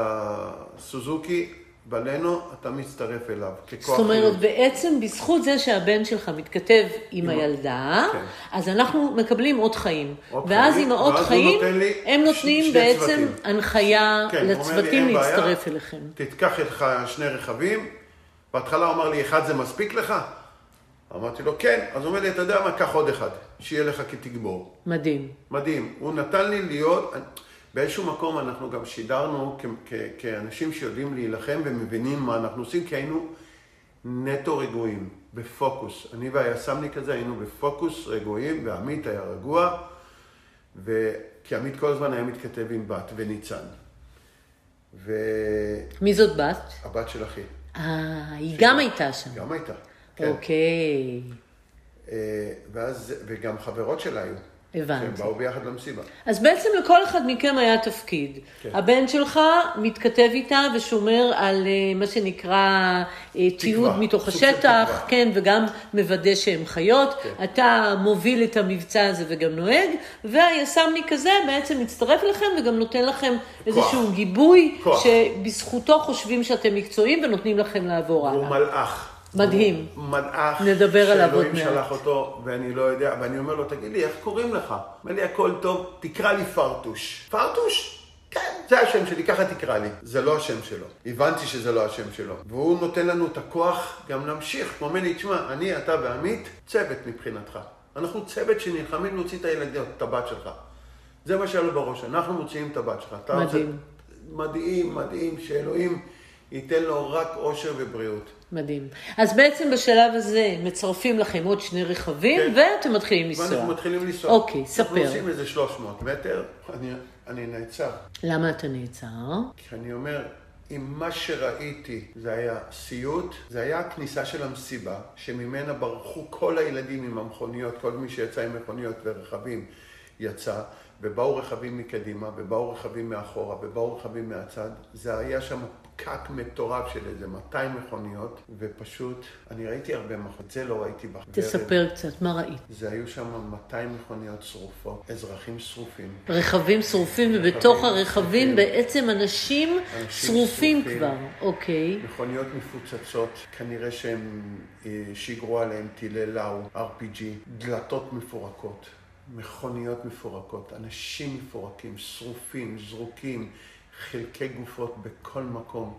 והסוזוקי בלנו, אתה מצטרף אליו. זאת אומרת, בעצם בזכות זה שהבן שלך מתכתב עם הילדה, כן. אז אנחנו מקבלים עוד חיים. עוד ואז חיים, עם העוד ואז הוא חיים, נותן לי הם ש- נותנים שני בעצם צוותים. הנחיה כן, הוא אומר לי, לצוותים אין בעיה, להצטרף אליכם. תתקח לך שני רכבים. בהתחלה הוא אמר לי, אחד זה מספיק לך? אמרתי לו, כן. אז הוא אומר לי, אתה יודע מה, קח עוד אחד, שיהיה לך כתגבור. מדהים. מדהים. הוא נתן לי להיות... באיזשהו מקום אנחנו גם שידרנו כ- כ- כאנשים שיודעים להילחם ומבינים מה אנחנו עושים, כי היינו נטו רגועים, בפוקוס. אני והיס"מניק הזה היינו בפוקוס רגועים, ועמית היה רגוע, ו... כי עמית כל הזמן היה מתכתב עם בת וניצן. ו... מי זאת בת? הבת של אחי. אה, היא גם הייתה שם. גם הייתה, כן. אוקיי, אה, ואז, וגם חברות שלה היו. הבנתי. שהם באו ביחד למסיבה. אז בעצם לכל אחד מכם היה תפקיד. כן. הבן שלך מתכתב איתה ושומר על אה, מה שנקרא אה, תיעוד מתוך סוג של השטח, תקווה. כן, וגם מוודא שהן חיות. כן. אתה מוביל את המבצע הזה וגם נוהג, והיס"מניק הזה בעצם מצטרף לכם וגם נותן לכם איזשהו גיבוי, כוח. שבזכותו חושבים שאתם מקצועיים ונותנים לכם לעבור הוא הלאה. מלאך. מדהים. הוא מלאך. נדבר עליו עוד שאלוהים מעט. שלח אותו, ואני לא יודע, ואני אומר לו, תגיד לי, איך קוראים לך? אומר לי, הכל טוב, תקרא לי פרטוש. פרטוש? כן, זה השם שלי, ככה תקרא לי. זה לא השם שלו. הבנתי שזה לא השם שלו. והוא נותן לנו את הכוח גם להמשיך. הוא אומר לי, תשמע, אני, אתה ועמית, צוות מבחינתך. אנחנו צוות שנלחמים להוציא את הילדים, את הבת שלך. זה מה שהיה לו בראש, אנחנו מוציאים את הבת שלך. אתה מדהים. רוצה... מדהים, מדהים, שאלוהים ייתן לו רק אושר ובריאות. מדהים. אז בעצם בשלב הזה מצרפים לכם עוד שני רכבים, כן. ואתם מתחילים לנסוע. ואנחנו מתחילים לנסוע. אוקיי, ספר. אנחנו עושים איזה שלוש מאות מטר, אני, אני נעצר. למה אתה נעצר? כי אני אומר, עם מה שראיתי, זה היה סיוט, זה היה הכניסה של המסיבה, שממנה ברחו כל הילדים עם המכוניות, כל מי שיצא עם מכוניות ורכבים יצא, ובאו רכבים מקדימה, ובאו רכבים מאחורה, ובאו רכבים מהצד. זה היה שם פקק מטורף של איזה מאתיים מכוניות, ופשוט, אני ראיתי הרבה מכוניות, זה לא ראיתי בחברת. תספר קצת, מה ראית? זה היו שם מאתיים מכוניות שרופות, אזרחים שרופים. רכבים שרופים, ובתוך הרכבים בעצם אנשים שרופים כבר, אוקיי. מכוניות מפוצצות, כנראה שהם שיגרו עליהם טילי לאו, אר פי ג'י, דלתות מפורקות. מכוניות מפורקות, אנשים מפורקים, שרופים, זרוקים, חלקי גופות בכל מקום.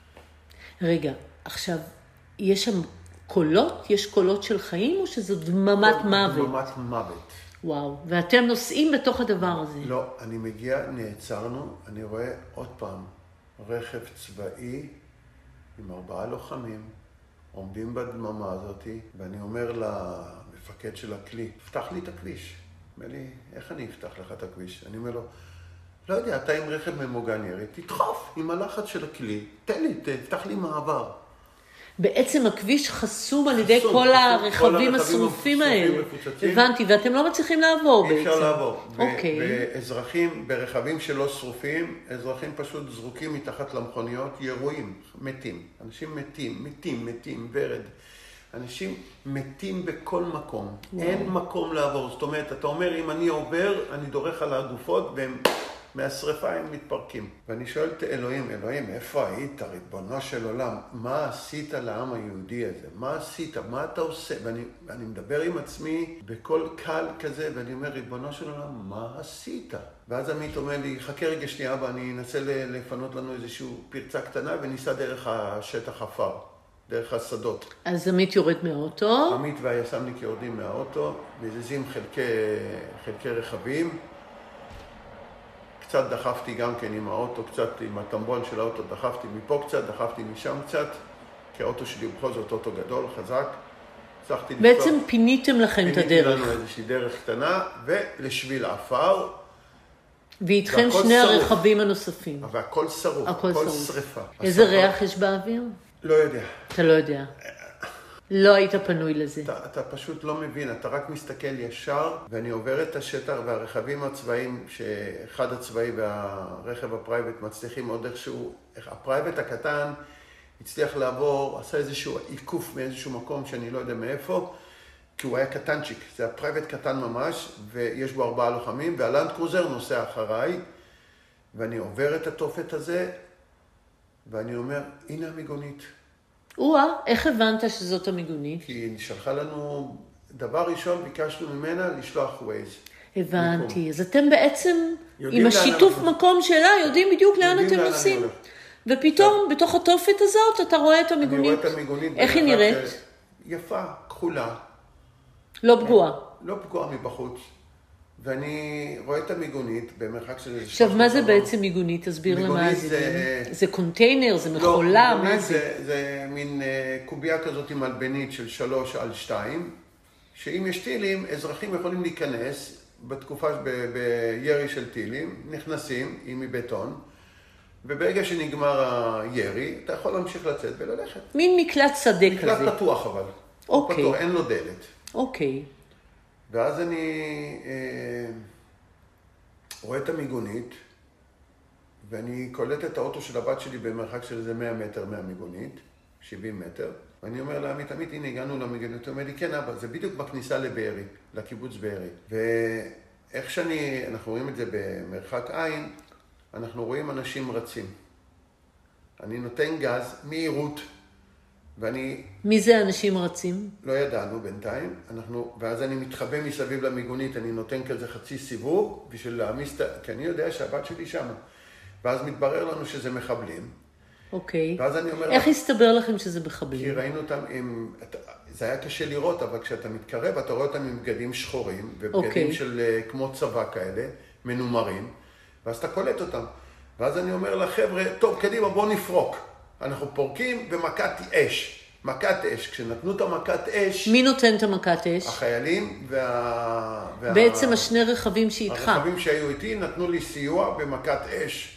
רגע, עכשיו, יש שם קולות? יש קולות של חיים או שזו דממת מוות? דממת מוות. וואו, ואתם נוסעים בתוך הדבר הזה? לא, אני מגיע, נעצרנו, אני רואה עוד פעם רכב צבאי עם ארבעה לוחמים, עומדים בדממה הזאת, ואני אומר למפקד של הכלי, פתח לי את הכביש. אומר לי, איך אני אפתח לך את הכביש? אני אומר לו, לא יודע, אתה עם רכב ממוגן ירי, תדחוף עם הלחץ של הכלי, תן לי, תפתח לי מעבר. בעצם הכביש חסום על ידי כל הרכבים השרופים האלה. הבנתי, ואתם לא מצליחים לעבור בעצם. אי אפשר לעבור. אוקיי. ואזרחים, ברכבים שלא שרופים, אזרחים פשוט זרוקים מתחת למכוניות, ירויים, מתים. אנשים מתים, מתים, מתים, ורד. אנשים מתים בכל מקום. אין מקום לעבור. זאת אומרת, אתה אומר, אם אני עובר, אני דורך על הגופות, והם מהשריפה הם מתפרקים. ואני שואל את אלוהים, אלוהים, איפה היית, ריבונו של עולם? מה עשית לעם היהודי הזה? מה עשית? מה אתה עושה? ואני, ואני מדבר עם עצמי בכל קל כזה, ואני אומר, ריבונו של עולם, מה עשית? ואז עמית אומר לי, חכה רגע שנייה, ואני אנסה לפנות לנו איזושהי פרצה קטנה, וניסה דרך השטח אפר. דרך השדות. אז עמית יורד מהאוטו. עמית והיסמניק יורדים מהאוטו, מזיזים חלקי, חלקי רכבים. קצת דחפתי גם כן עם האוטו, קצת עם הטמבון של האוטו, דחפתי מפה קצת, דחפתי משם קצת, כי האוטו שלי בכל זאת אוטו גדול, חזק. בעצם לפתוח, פיניתם לכם את הדרך. פיניתי לנו איזושהי דרך קטנה, ולשביל עפר. ואיתכם שני שרוף. הרכבים הנוספים. והכל שרוף, הכל, הכל שריפה. איזה השרפה... ריח יש באוויר? לא יודע. אתה לא יודע. לא היית פנוי לזה. אתה, אתה פשוט לא מבין, אתה רק מסתכל ישר, ואני עובר את השטח והרכבים הצבאיים, שאחד הצבאי והרכב הפרייבט מצליחים עוד איכשהו, הפרייבט הקטן הצליח לעבור, עשה איזשהו עיקוף מאיזשהו מקום שאני לא יודע מאיפה, כי הוא היה קטנצ'יק, זה הפרייבט קטן ממש, ויש בו ארבעה לוחמים, והלנד קרוזר נוסע אחריי, ואני עובר את התופת הזה, ואני אומר, הנה המיגונית. וואה, איך הבנת שזאת המיגונית? כי היא שלחה לנו, דבר ראשון ביקשנו ממנה לשלוח ווייז. הבנתי, אז אתם בעצם עם השיתוף מקום שלה יודעים בדיוק לאן אתם נוסעים. ופתאום בתוך התופת הזאת אתה רואה את המיגונית. אני רואה את המיגונית. איך היא נראית? יפה, כחולה. לא פגועה. לא פגועה מבחוץ. ואני רואה את המיגונית במרחק של... עכשיו, מה זה בעצם מיגונית? תסביר למה זה. זה קונטיינר, זה מכולה, מה זה? זה מין קובייה כזאת עם מלבנית של שלוש על שתיים, שאם יש טילים, אזרחים יכולים להיכנס בתקופה בירי של טילים, נכנסים, היא מבטון, וברגע שנגמר הירי, אתה יכול להמשיך לצאת וללכת. מין מקלט שדה כזה. מקלט פתוח אבל. אוקיי. פתוח, אין לו דלת. אוקיי. ואז אני אה, רואה את המיגונית, ואני קולט את האוטו של הבת שלי במרחק של איזה מאה מטר מהמיגונית, שבעים מטר, ואני אומר לה, עמית, עמית, הנה הגענו למיגונית, הוא אומר לי, כן אבא, זה בדיוק בכניסה לבארי, לקיבוץ בארי. ואיך שאני, אנחנו רואים את זה במרחק עין, אנחנו רואים אנשים רצים. אני נותן גז, מהירות, ואני... מי זה אנשים רצים? לא ידענו בינתיים, אנחנו, ואז אני מתחבא מסביב למיגונית, אני נותן כזה חצי סיבוב, בשביל להעמיס, כי אני יודע שהבת שלי שם. ואז מתברר לנו שזה מחבלים. אוקיי. ואז אני אומר... איך הסתבר לכם שזה מחבלים? כי ראינו אותם עם... זה היה קשה לראות, אבל כשאתה מתקרב, אתה רואה אותם עם בגדים שחורים, ובגדים אוקיי. של כמו צבא כאלה, מנומרים, ואז אתה קולט אותם. ואז אני אומר לחבר'ה, טוב, קדימה, בואו נפרוק. אנחנו פורקים במכת אש. מכת אש. כשנתנו את המכת אש... מי נותן את המכת אש? החיילים וה... בעצם וה... השני רכבים שאיתך. הרכבים שהיו איתי נתנו לי סיוע במכת אש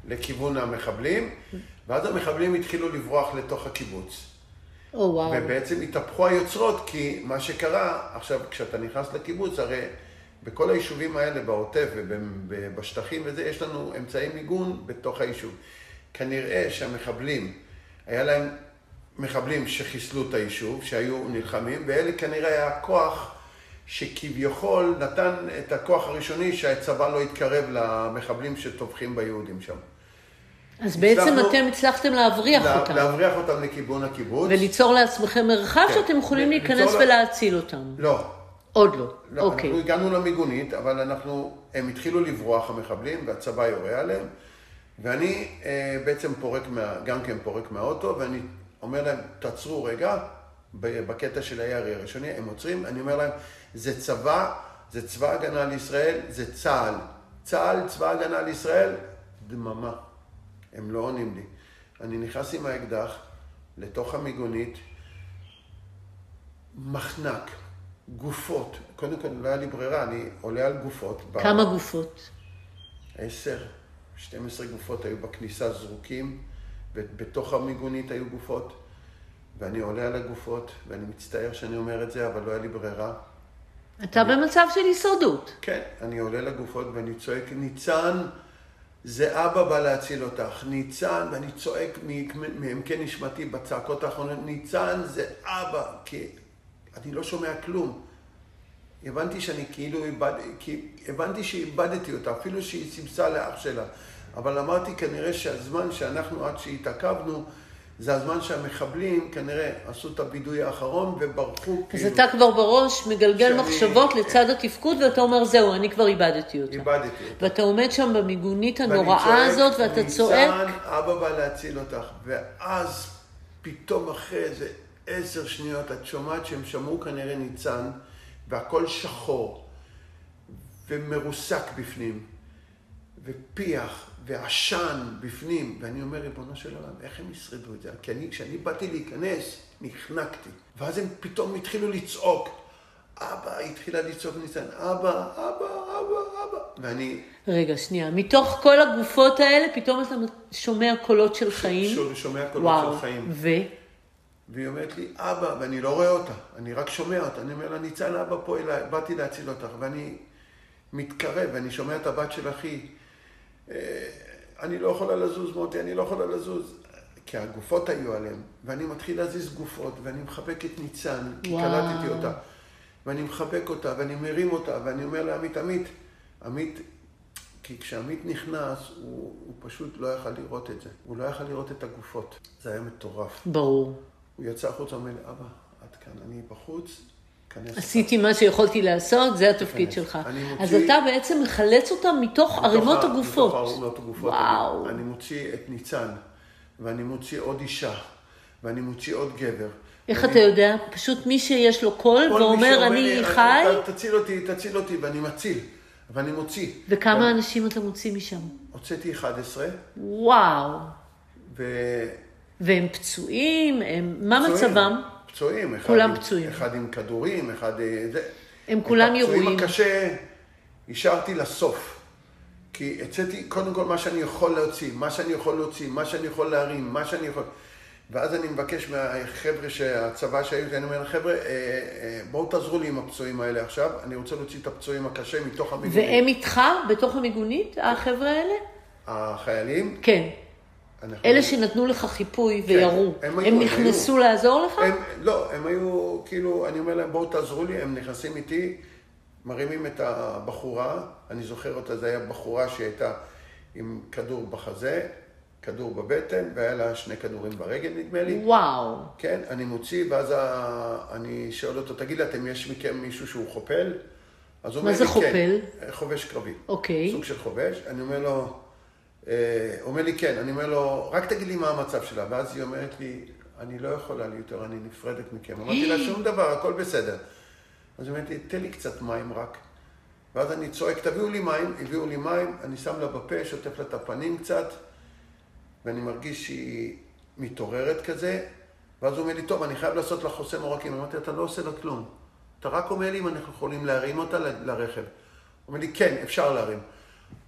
לכיוון המחבלים, ואז המחבלים התחילו לברוח לתוך הקיבוץ. או וואו. ובעצם התהפכו היוצרות, כי מה שקרה, עכשיו כשאתה נכנס לקיבוץ, הרי בכל היישובים האלה, בעוטף ובשטחים וזה, יש לנו אמצעי מיגון בתוך היישוב. כנראה שהמחבלים, היה להם מחבלים שחיסלו את היישוב, שהיו נלחמים, ואלה כנראה היה כוח שכביכול נתן את הכוח הראשוני שהצבא לא יתקרב למחבלים שטובחים ביהודים שם. אז בעצם אתם הצלחתם להבריח לה, אותם. להבריח אותם לכיוון הקיבוץ. וליצור לעצמכם מרחב כן. שאתם יכולים להיכנס לה... ולהציל אותם. לא. עוד לא. לא, אוקיי. אנחנו הגענו למיגונית, אבל אנחנו, הם התחילו לברוח המחבלים, והצבא יורה עליהם, ואני אה, בעצם פורק מה, גם כן פורק מהאוטו, ואני אומר להם, תעצרו רגע, בקטע של הירי הראשוני, הם עוצרים, אני אומר להם, זה צבא, זה צבא הגנה לישראל, זה צה"ל. צה"ל, צבא הגנה לישראל, דממה. הם לא עונים לי. אני נכנס עם האקדח לתוך המיגונית, מחנק, גופות. קודם כל, לא היה לי ברירה, אני עולה על גופות. כמה ב... גופות? עשר, שתים עשרה גופות היו בכניסה זרוקים, ובתוך המיגונית היו גופות. ואני עולה על הגופות, ואני מצטער שאני אומר את זה, אבל לא היה לי ברירה. אתה אני... במצב של הישרדות. כן, אני עולה לגופות ואני צועק, ניצן, זה אבא בא להציל אותך. ניצן, ואני צועק מעמקי נשמתי בצעקות האחרונות, ניצן, זה אבא, כי אני לא שומע כלום. הבנתי שאני כאילו איבד... כי הבנתי שאיבדתי אותה, אפילו שהיא סימסה לאח שלה. אבל אמרתי כנראה שהזמן שאנחנו עד שהתעכבנו, זה הזמן שהמחבלים כנראה עשו את הבידוי האחרון וברחו. אז אתה כבר בראש מגלגל מחשבות לצד התפקוד, ואתה אומר, זהו, אני כבר איבדתי אותה. איבדתי אותה. ואתה עומד שם במיגונית הנוראה הזאת, ואתה צועק. ניצן, אבא בא להציל אותך. ואז פתאום אחרי איזה עשר שניות, את שומעת שהם שמעו כנראה ניצן, והכל שחור, ומרוסק בפנים, ופיח. ועשן בפנים, ואני אומר, ריבונו של עולם, איך הם ישרדו את זה? כי אני, כשאני באתי להיכנס, נחנקתי. ואז הם פתאום התחילו לצעוק. אבא, התחילה לצעוק ניצן, אבא, אבא, אבא, אבא. ואני... רגע, שנייה. מתוך כל הגופות האלה, פתאום אתה שומע קולות של חיים? שומע קולות וואו. של חיים. ו? והיא אומרת לי, אבא, ואני לא רואה אותה, אני רק שומע אותה. אני אומר לה, ניצן, אבא פה אליי, באתי להציל אותך. ואני מתקרב, ואני שומע את הבת של אחי. אני לא יכולה לזוז, מוטי, אני לא יכולה לזוז. כי הגופות היו עליהם, ואני מתחיל להזיז גופות, ואני מחבק את ניצן, כי קלטתי אותה. ואני מחבק אותה, ואני מרים אותה, ואני אומר לה, עמית, עמית, עמית, כי כשעמית נכנס, הוא, הוא פשוט לא יכל לראות את זה. הוא לא יכל לראות את הגופות. זה היה מטורף. ברור. הוא יצא החוצה, אומר לי, אבא, עד כאן, אני בחוץ. עשיתי מה שיכולתי לעשות, זה התפקיד שלך. אז אתה בעצם מחלץ אותם מתוך ערימות הגופות. מתוך ערימות הגופות. וואו. אני מוציא את ניצן, ואני מוציא עוד אישה, ואני מוציא עוד גבר. איך אתה יודע? פשוט מי שיש לו קול ואומר, אני חי? תציל אותי, תציל אותי, ואני מציל, ואני מוציא. וכמה אנשים אתה מוציא משם? הוצאתי אחד עשר. וואו. ו... והם פצועים? מה מצבם? פצועים, כולם עם, פצועים. אחד עם כדורים, אחד... זה, הם כולם ירויים. את הפצועים הקשה השארתי לסוף. כי הצאתי קודם כל מה שאני יכול להוציא, מה שאני יכול להוציא, מה שאני יכול להרים, מה שאני יכול... ואז אני מבקש מהחבר'ה שהצבא שהיו, אני אומר, חבר'ה, בואו תעזרו לי עם הפצועים האלה עכשיו, אני רוצה להוציא את הפצועים הקשה מתוך המיגונית. והם איתך בתוך המיגונית, החבר'ה האלה? החיילים? כן. אלה שנתנו לך חיפוי וירו, הם נכנסו לעזור לך? לא, הם היו, כאילו, אני אומר להם, בואו תעזרו לי, הם נכנסים איתי, מרימים את הבחורה, אני זוכר אותה, זו הייתה בחורה שהייתה עם כדור בחזה, כדור בבטן, והיה לה שני כדורים ברגל, נדמה לי. וואו. כן, אני מוציא, ואז אני שואל אותו, תגיד לי, אתם יש מכם מישהו שהוא חופל? מה זה חופל? חובש קרבי. אוקיי. סוג של חובש. אני אומר לו, הוא אומר לי, כן, אני אומר לו, רק תגיד לי מה המצב שלה. ואז היא אומרת לי, אני לא יכולה לי יותר, אני נפרדת מכם. אמרתי לה, שום דבר, הכל בסדר. אז היא אומרת לי, תן לי קצת מים רק. ואז אני צועק, תביאו לי מים, הביאו לי מים, אני שם לה בפה, שוטף לה את הפנים קצת, ואני מרגיש שהיא מתעוררת כזה, ואז הוא אומר לי, טוב, אני חייב לעשות לה חוסם עורקים. אמרתי, אתה לא עושה לה כלום. אתה רק אומר לי אם אנחנו יכולים להרים אותה לרכב. הוא אומר לי, כן, אפשר להרים.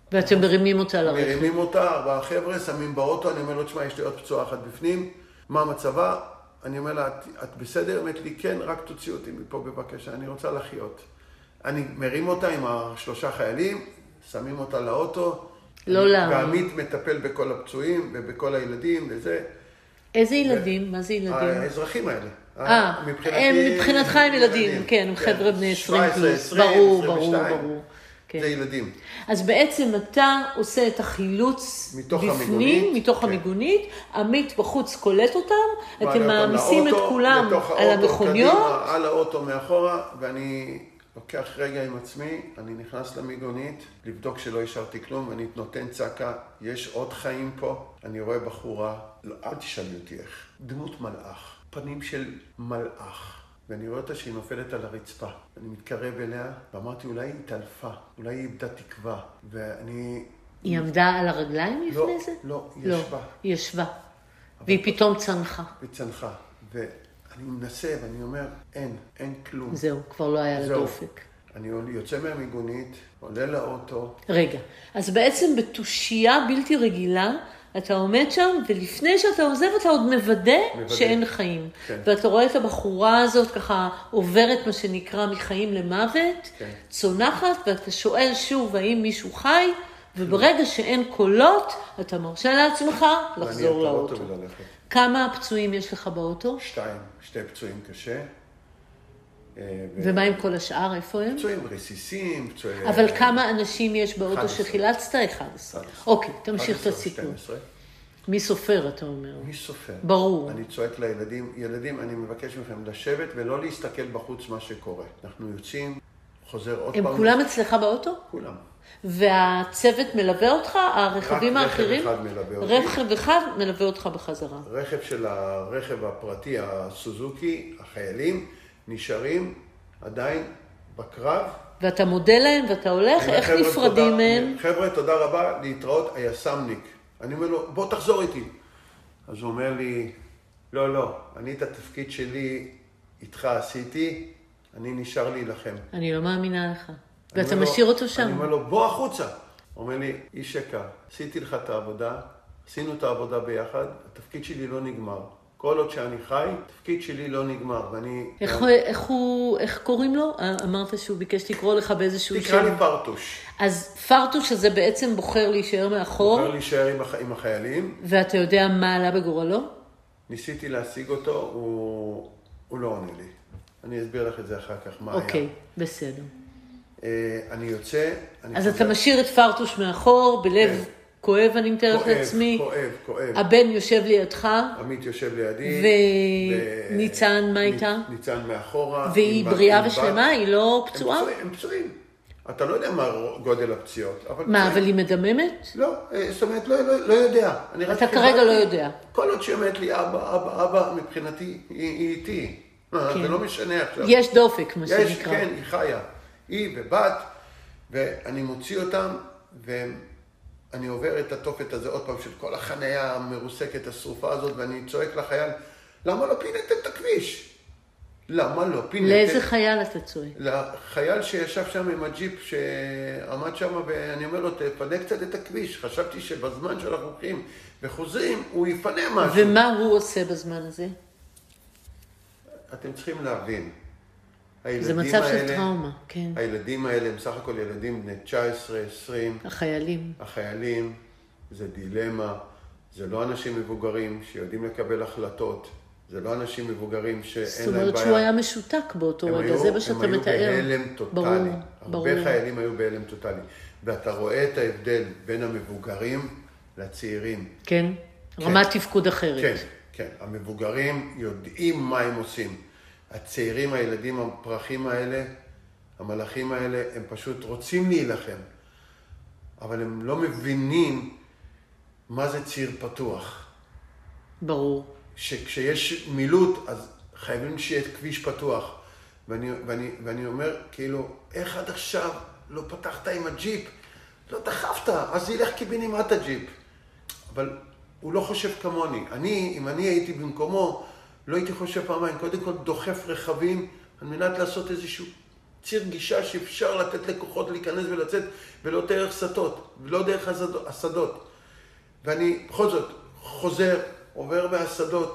ואתם מרימים אותה לרכב. מרימים אותה, והחבר'ה שמים באוטו, אני אומר לו, תשמע, יש לי עוד פצועה אחת בפנים, מה המצבה? אני אומר לה, את, את בסדר? אמרת לי, כן, רק תוציא אותי מפה בבקשה, אני רוצה לחיות. אני מרים אותה עם השלושה חיילים, שמים אותה לאוטו, לא להרים. ועמית מטפל בכל הפצועים ובכל הילדים וזה. איזה ילדים? מה זה ילדים? האזרחים האלה. אה, מבחינתך הם ילדים, כן, הם חבר'ה בני עשרים פלוס. ברור, ברור, ברור. זה ילדים. אז בעצם אתה עושה את החילוץ בפנים, מתוך המיגונית, עמית בחוץ קולט אותם, אתם מעמיסים את כולם על המכוניות. על האוטו מאחורה, ואני לוקח רגע עם עצמי, אני נכנס למיגונית, לבדוק שלא השארתי כלום, ואני נותן צעקה, יש עוד חיים פה. אני רואה בחורה, לא, אל תשאלי אותי איך, דמות מלאך, פנים של מלאך. ואני רואה אותה שהיא נופלת על הרצפה. אני מתקרב אליה, ואמרתי, אולי היא התעלפה, אולי היא איבדה תקווה. ואני... היא עמדה על הרגליים לפני לא, זה? לא, היא לא, ישבה. היא ישבה. והיא פתאום צנחה. היא צנחה. ואני מנסה, ואני אומר, אין, אין כלום. זהו, כבר לא היה זהו. לדופק. אני יוצא מהמיגונית, עולה לאוטו. רגע, אז בעצם בתושייה בלתי רגילה, אתה עומד שם, ולפני שאתה עוזב, אתה עוד מוודא, מוודא. שאין חיים. כן. ואתה רואה את הבחורה הזאת ככה עוברת מה שנקרא מחיים למוות, כן. צונחת, ואתה שואל שוב האם מישהו חי, וברגע שאין קולות, אתה מרשה לעצמך לחזור לאוטו. כמה פצועים יש לך באוטו? שתיים, שתי פצועים קשה. ומה עם כל השאר? איפה הם? פצועים רסיסים, פצועים... אבל כמה אנשים יש באוטו שחילצת? אחד עשר. אוקיי, תמשיך את הסיפור. מי סופר, אתה אומר? מי סופר? ברור. אני צועק לילדים, ילדים, אני מבקש מכם לשבת ולא להסתכל בחוץ מה שקורה. אנחנו יוצאים, חוזר עוד פעם. הם כולם אצלך באוטו? כולם. והצוות מלווה אותך? הרכבים האחרים? רכב אחד מלווה אותי. רכב אחד מלווה אותך בחזרה. רכב של הרכב הפרטי, הסוזוקי, החיילים, נשארים עדיין בקרב. ואתה מודה להם ואתה הולך, איך נפרדים מהם? חבר'ה, תודה רבה, להתראות, היסמניק. אני אומר לו, בוא תחזור איתי. אז הוא אומר לי, לא, לא, אני את התפקיד שלי איתך עשיתי, אני נשאר להילחם. אני לא מאמינה לך. ואתה משאיר אותו שם. אני אומר לו, בוא החוצה. הוא אומר לי, איש יקר, עשיתי לך את העבודה, עשינו את העבודה ביחד, התפקיד שלי לא נגמר. כל עוד שאני חי, התפקיד שלי לא נגמר, ואני... איך, איך הוא, איך קוראים לו? אמרת שהוא ביקש לקרוא לך באיזשהו שם. תקרא לי פרטוש. אז פרטוש הזה בעצם בוחר להישאר מאחור. בוחר להישאר עם, הח... עם החיילים. ואתה יודע מה עלה בגורלו? ניסיתי להשיג אותו, הוא, הוא לא עונה לי. אני אסביר לך את זה אחר כך, מה היה. אוקיי, בסדר. אני יוצא... אני אז אתה משאיר את פרטוש מאחור, בלב... כן. כואב, אני מתארת לעצמי. כואב, כואב. הבן יושב לידך. עמית יושב לידי. וניצן, ו... מה איתה? ניצן מאחורה. והיא בריאה ושלמה? היא לא פצועה? הם פצועים, הם פצועים. אתה לא יודע מה גודל הפציעות. אבל מה, אבל היא מדממת? לא, זאת אומרת, לא, לא, לא יודע. אתה כרגע לא יודע. כל עוד שאומרת לי, אבא, אבא, אבא, מבחינתי, היא, היא איתי. כן. זה לא משנה עכשיו. יש דופק, מה יש, שנקרא. כן, היא חיה. היא ובת, ואני מוציא אותם, והם... אני עובר את התופת הזה עוד פעם של כל החניה המרוסקת, השרופה הזאת, ואני צועק לחייל, למה לא פינתם את הכביש? למה לא פינתם? לאיזה חייל אתה צועק? לחייל שישב שם עם הג'יפ שעמד שם, ואני אומר לו, תפנה קצת את הכביש. חשבתי שבזמן שאנחנו הולכים וחוזרים, הוא יפנה משהו. ומה הוא עושה בזמן הזה? אתם צריכים להבין. זה מצב של טראומה, כן. הילדים האלה הם סך הכל ילדים בני תשע עשרה, עשרים. החיילים. החיילים, זה דילמה, זה לא אנשים מבוגרים שיודעים לקבל החלטות, זה לא אנשים מבוגרים שאין להם בעיה. זאת אומרת שהוא היה משותק באותו רגע, זה מה שאתה מתאר. הם היו בהלם טוטלי. הרבה חיילים היו בהלם טוטלי. ואתה רואה את ההבדל בין המבוגרים לצעירים. כן, רמת תפקוד אחרת. כן, כן. המבוגרים יודעים מה הם עושים. הצעירים, הילדים הפרחים האלה, המלאכים האלה, הם פשוט רוצים להילחם. אבל הם לא מבינים מה זה ציר פתוח. ברור. שכשיש מילוט, אז חייבים שיהיה כביש פתוח. ואני, ואני, ואני אומר, כאילו, איך עד עכשיו לא פתחת עם הג'יפ? לא דחפת, אז ילך קיבינימט הג'יפ. אבל הוא לא חושב כמוני. אני, אם אני הייתי במקומו, לא הייתי חושב פעמיים, קודם כל דוחף רכבים על מנת לעשות איזשהו ציר גישה שאפשר לתת לקוחות להיכנס ולצאת, ולא דרך שדות, ולא דרך השדות. ואני בכל זאת חוזר, עובר בהשדות,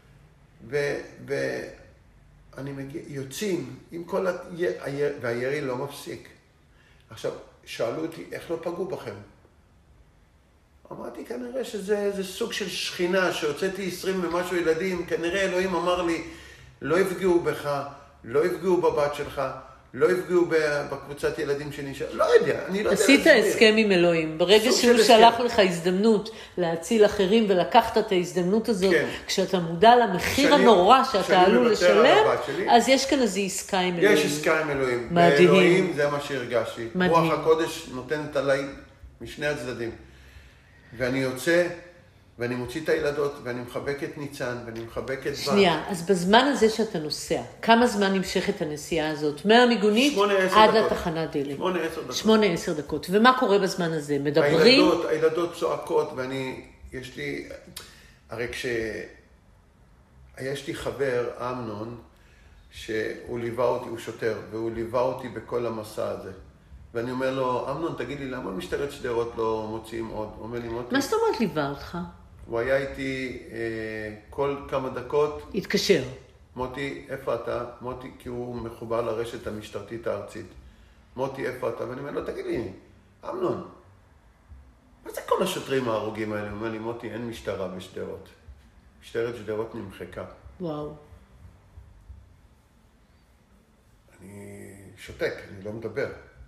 ואני מגיע, יוצאים עם כל ה... והירי לא מפסיק. עכשיו, שאלו אותי, איך לא פגעו בכם? אמרתי, כנראה שזה סוג של שכינה, שהוצאתי עשרים ומשהו ילדים, כנראה אלוהים אמר לי, לא יפגעו בך, לא יפגעו בבת שלך, לא יפגעו בקבוצת ילדים שנשאר, לא יודע, אני לא יודע. עשית הסכם עם אלוהים, ברגע שהוא שלח לך הזדמנות להציל אחרים, ולקחת את ההזדמנות הזאת, כשאתה מודע למחיר הנורא שאתה עלול לשלם, אז יש כאן איזו עסקה עם אלוהים. יש עסקה עם אלוהים. מדהים. אלוהים זה מה שהרגשתי. רוח הקודש נותנת עליי משני הצדדים. ואני יוצא, ואני מוציא את הילדות, ואני מחבק את ניצן, ואני מחבק את... שנייה, אז בזמן הזה שאתה נוסע, כמה זמן נמשכת הנסיעה הזאת? מהמיגונית עד לתחנת דלק. שמונה עשר דקות. שמונה עשר דקות. ומה קורה בזמן הזה? מדברים? הילדות, הילדות צועקות, ואני, יש לי, הרי כש... יש לי חבר, אמנון, שהוא ליווה אותי, הוא שוטר, והוא ליווה אותי בכל המסע הזה. ואני אומר לו, אמנון, תגיד לי, למה משטרת שדרות לא מוציאים עוד? הוא אומר לי, מוטי... מה זאת אומרת ליווה אותך? הוא היה איתי אה, כל כמה דקות. התקשר. מוטי, איפה אתה? מוטי, כי הוא מחובר לרשת המשטרתית הארצית. מוטי, איפה אתה? ואני אומר לו, תגיד לי, אמנון, מה זה כל השוטרים ההרוגים האלה? הוא אומר לי, מוטי, אין משטרה בשדרות. משטרת שדרות נמחקה. וואו. אני שותק, אני לא מדבר.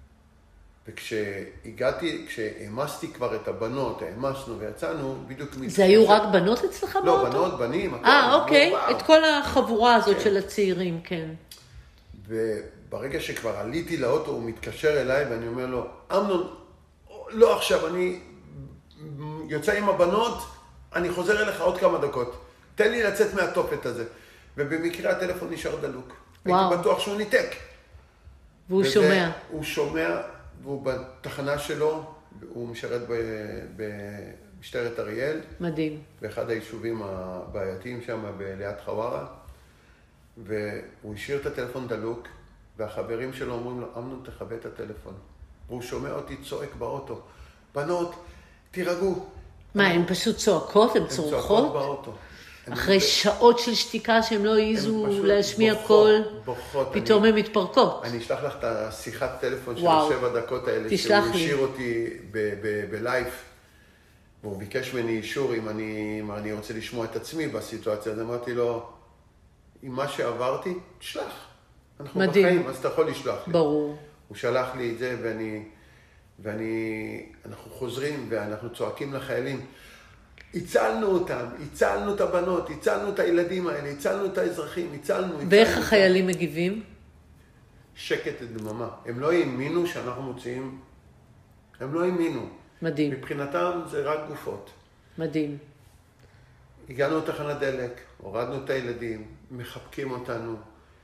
וכשהגעתי, כשהמסתי כבר את הבנות, המסנו ויצאנו, בדיוק... זה היו רק בנות אצלך באוטו? לא, בנות, בנים, הכל. אה, אוקיי. את כל החבורה הזאת של הצעירים, כן. וברגע שכבר עליתי לאוטו, הוא מתקשר אליי ואני אומר לו, אמנון, לא עכשיו, אני יוצא עם הבנות, אני חוזר אליך עוד כמה דקות. תן לי לצאת מהטופת הזה. ובמקרה הטלפון נשאר דלוק. וואו. הייתי בטוח שהוא ניתק. והוא שומע. הוא שומע, והוא בתחנה שלו, הוא משרת במשטרת אריאל. מדהים. באחד היישובים הבעייתיים שם, ליד חווארה. והוא השאיר את הטלפון דלוק, והחברים שלו אומרים לו, אמנון, תכבה את הטלפון. והוא שומע אותי צועק באוטו. בנות, תירגעו. מה, הן פשוט צועקות? הן צורכות? הן צועקות באוטו. אחרי שעות של שתיקה שהם לא העיזו להשמיע קול, פתאום הן מתפרקות. אני אשלח לך את השיחת טלפון של השבע דקות האלה, שהוא השאיר אותי בלייף, והוא ביקש ממני אישור אם אני רוצה לשמוע את עצמי בסיטואציה, אז אמרתי לו, עם מה שעברתי, תשלח. אנחנו בחיים, אז אתה יכול לשלוח לי. ברור. הוא שלח לי את זה, ואני, ואני, אנחנו חוזרים, ואנחנו צועקים לחיילים, הצלנו אותם, הצלנו את הבנות, הצלנו את הילדים האלה, הצלנו את האזרחים, הצלנו, הצלנו. ואיך החיילים מגיבים? שקט ודממה. הם לא האמינו שאנחנו מוציאים, הם לא האמינו. מדהים. מבחינתם זה רק גופות. מדהים. הגענו לתחנת דלק, הורדנו את הילדים, מחבקים אותנו.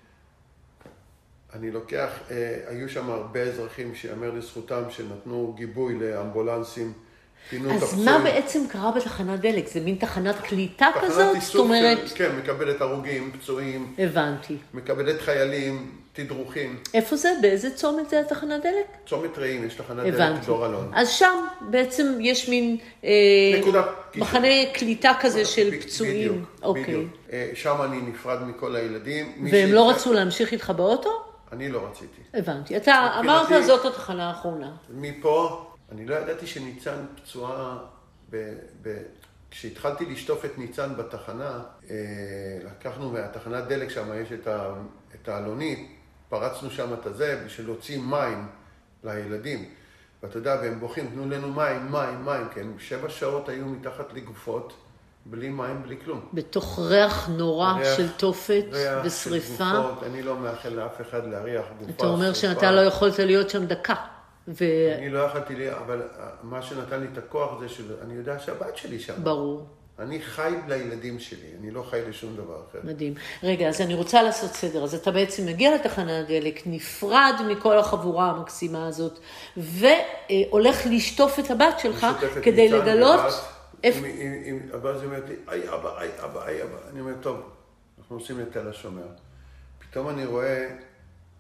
אני לוקח, אה, היו שם הרבה אזרחים שיאמר לזכותם שנתנו גיבוי לאמבולנסים, פינו את הפצועים. אז מה בעצם קרה בתחנת דלק? זה מין תחנת קליטה כזאת? תחנת איסוף של, כן, מקבלת הרוגים, פצועים. הבנתי. מקבלת חיילים, תדרוכים. איפה זה? באיזה צומת זה התחנת דלק? צומת רעים, יש תחנת דלק דור אלון. אז שם בעצם יש מין נקודה, מחנה קליטה כזה של פצועים. בדיוק, אוקיי. בדיוק. שם אני נפרד מכל הילדים. והם לא רצו להמשיך איתך באוטו? אני לא רציתי. הבנתי. אתה אמרת זאת התחנה האחרונה. מפה, אני לא ידעתי שניצן פצועה, ב, ב, כשהתחלתי לשטוף את ניצן בתחנה, לקחנו מהתחנת דלק שם, יש את, ה, את העלונית, פרצנו שם את הזה בשביל להוציא מים לילדים. ואתה יודע, והם בוכים, תנו לנו מים, מים, מים, כן, שבע שעות היו מתחת לגופות, בלי מים, בלי כלום. בתוך ריח נורא ריח, של תופת ריח ושריפה. של גופות, אני לא מאחל לאף אחד להריח גופה. אתה אומר שריפה. שאתה לא יכולת להיות שם דקה. ו... אני לא יכולתי לי, אבל מה שנתן לי את הכוח זה שאני יודע שהבת שלי שם. ברור. אני חי לילדים שלי, אני לא חי לשום דבר אחר. מדהים. רגע, אז אני רוצה לעשות סדר. אז אתה בעצם מגיע לתחנת דלק, נפרד מכל החבורה המקסימה הזאת, והולך לשטוף את הבת שלך כדי לגלות... הבת זה אומרת לי, איי אבא, איי אבא, איי אבא. אני אומר, טוב, אנחנו עושים את תל השומר. פתאום אני רואה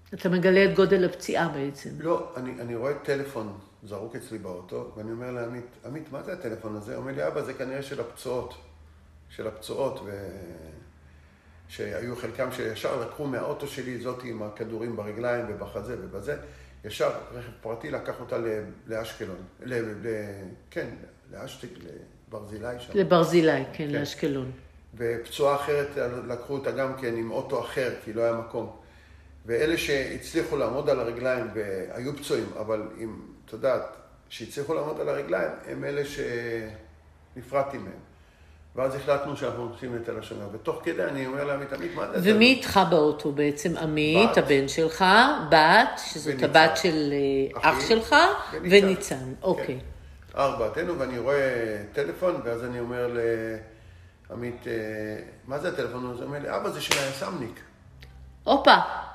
אתה מגלה את גודל הפציעה בעצם. לא, אני, אני רואה טלפון זרוק אצלי באוטו, ואני אומר לעמית, עמית, מה זה הטלפון הזה? הוא אומר לי, אבא, זה כנראה של הפצועות, של הפצועות, ו... שהיו חלקם שישר לקחו מהאוטו שלי, זאת עם הכדורים ברגליים ובחזה ובזה, ישר רכב פרטי לקח אותה לאשקלון, ל... ל... כן, לאשתיק, לברזילי שם. לברזילי, כן, כן, לאשקלון. ופצועה אחרת לקחו אותה גם כן עם אוטו אחר, כי לא היה מקום. ואלה שהצליחו לעמוד על הרגליים והיו פצועים, אבל אם, אתה יודעת, שהצליחו לעמוד על הרגליים, הם אלה שנפרדתי מהם. ואז החלטנו שאנחנו נוסעים לתל השומר. ותוך כדי אני אומר לעמית, עמית, מה זה? ומי איתך באוטו בעצם? עמית, הבן שלך, בת, שזאת הבת של אח שלך, וניצן. אוקיי. ארבעתנו, ואני רואה טלפון, ואז אני אומר לעמית, מה זה הטלפון? הוא אומר לי, אבא, זה של היס"מניק. אופה.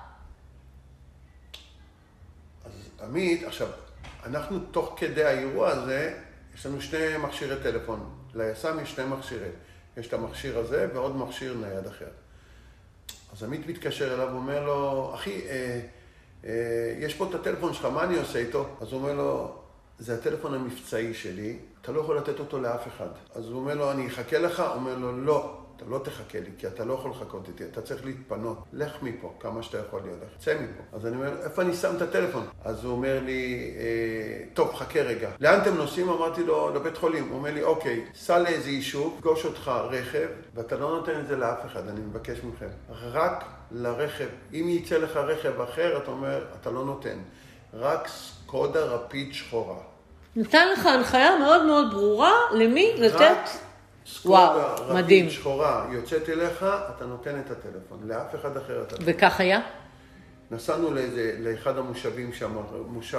אז עמית, עכשיו, אנחנו תוך כדי האירוע הזה, יש לנו שני מכשירי טלפון. ליס"מ יש שני מכשירים. יש את המכשיר הזה ועוד מכשיר נייד אחר. אז עמית מתקשר אליו ואומר לו, אחי, אה, אה, יש פה את הטלפון שלך, מה אני עושה איתו? אז הוא אומר לו, זה הטלפון המבצעי שלי, אתה לא יכול לתת אותו לאף אחד. אז הוא אומר לו, אני אחכה לך? הוא אומר לו, לא. אתה לא תחכה לי, כי אתה לא יכול לחכות איתי, אתה צריך להתפנות. לך מפה, כמה שאתה יכול להיות. צא מפה. אז אני אומר, איפה אני שם את הטלפון? אז הוא אומר לי, אה, טוב, חכה רגע. לאן אתם נוסעים? אמרתי לו, לבית חולים. הוא אומר לי, אוקיי, סע לאיזה יישוב, פגוש אותך רכב, ואתה לא נותן את זה לאף אחד, אני מבקש מכם. רק לרכב. אם יצא לך רכב אחר, אתה אומר, אתה לא נותן. רק סקודה רפיד שחורה. נתן לך הנחיה מאוד מאוד ברורה, למי לתת... סקודה רפיד שחורה יוצאת אליך, אתה נותן את הטלפון, לאף אחד אחר אתה... וכך היה? נסענו לאיזה, לאחד המושבים שם, מושב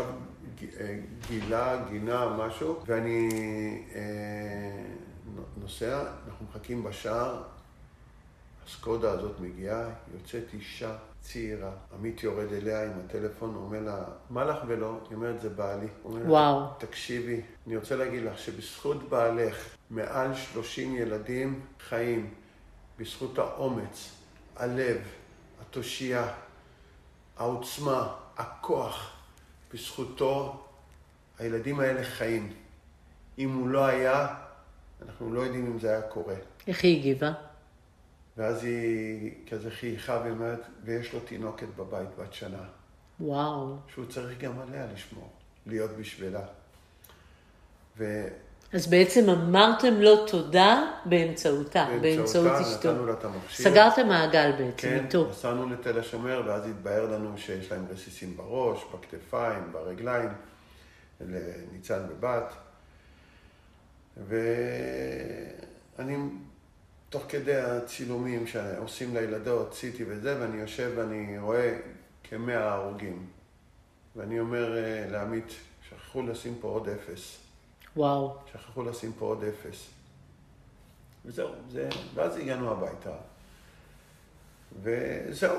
גילה, גינה, משהו, ואני אה, נוסע, אנחנו מחכים בשער, הסקודה הזאת מגיעה, יוצאת אישה צעירה, עמית יורד אליה עם הטלפון, הוא אומר לה, מה לך ולא? היא אומרת, זה בעלי. וואו. לה, תקשיבי, אני רוצה להגיד לך שבזכות בעלך, מעל שלושים ילדים חיים, בזכות האומץ, הלב, התושייה, העוצמה, הכוח, בזכותו, הילדים האלה חיים. אם הוא לא היה, אנחנו לא יודעים אם זה היה קורה. איך היא הגיבה? ואז היא כזה חייכה ואומרת, ויש לו תינוקת בבית בת שנה. וואו. שהוא צריך גם עליה לשמור, להיות בשבילה. ו... אז בעצם אמרתם לו תודה באמצעותה, באמצעות אשתו. באמצעותה, נתנו לה את המכשיר. סגרתם מעגל בעצם איתו. כן, נסענו לתל השומר, ואז התבהר לנו שיש להם רסיסים בראש, בכתפיים, ברגליים, לניצן ובת. ואני... תוך כדי הצילומים שעושים לילדות, ציטי וזה, ואני יושב ואני רואה כמאה הרוגים. ואני אומר לעמית, שכחו לשים פה עוד אפס. וואו. שכחו לשים פה עוד אפס. וזהו, זה... ואז הגענו הביתה. וזהו.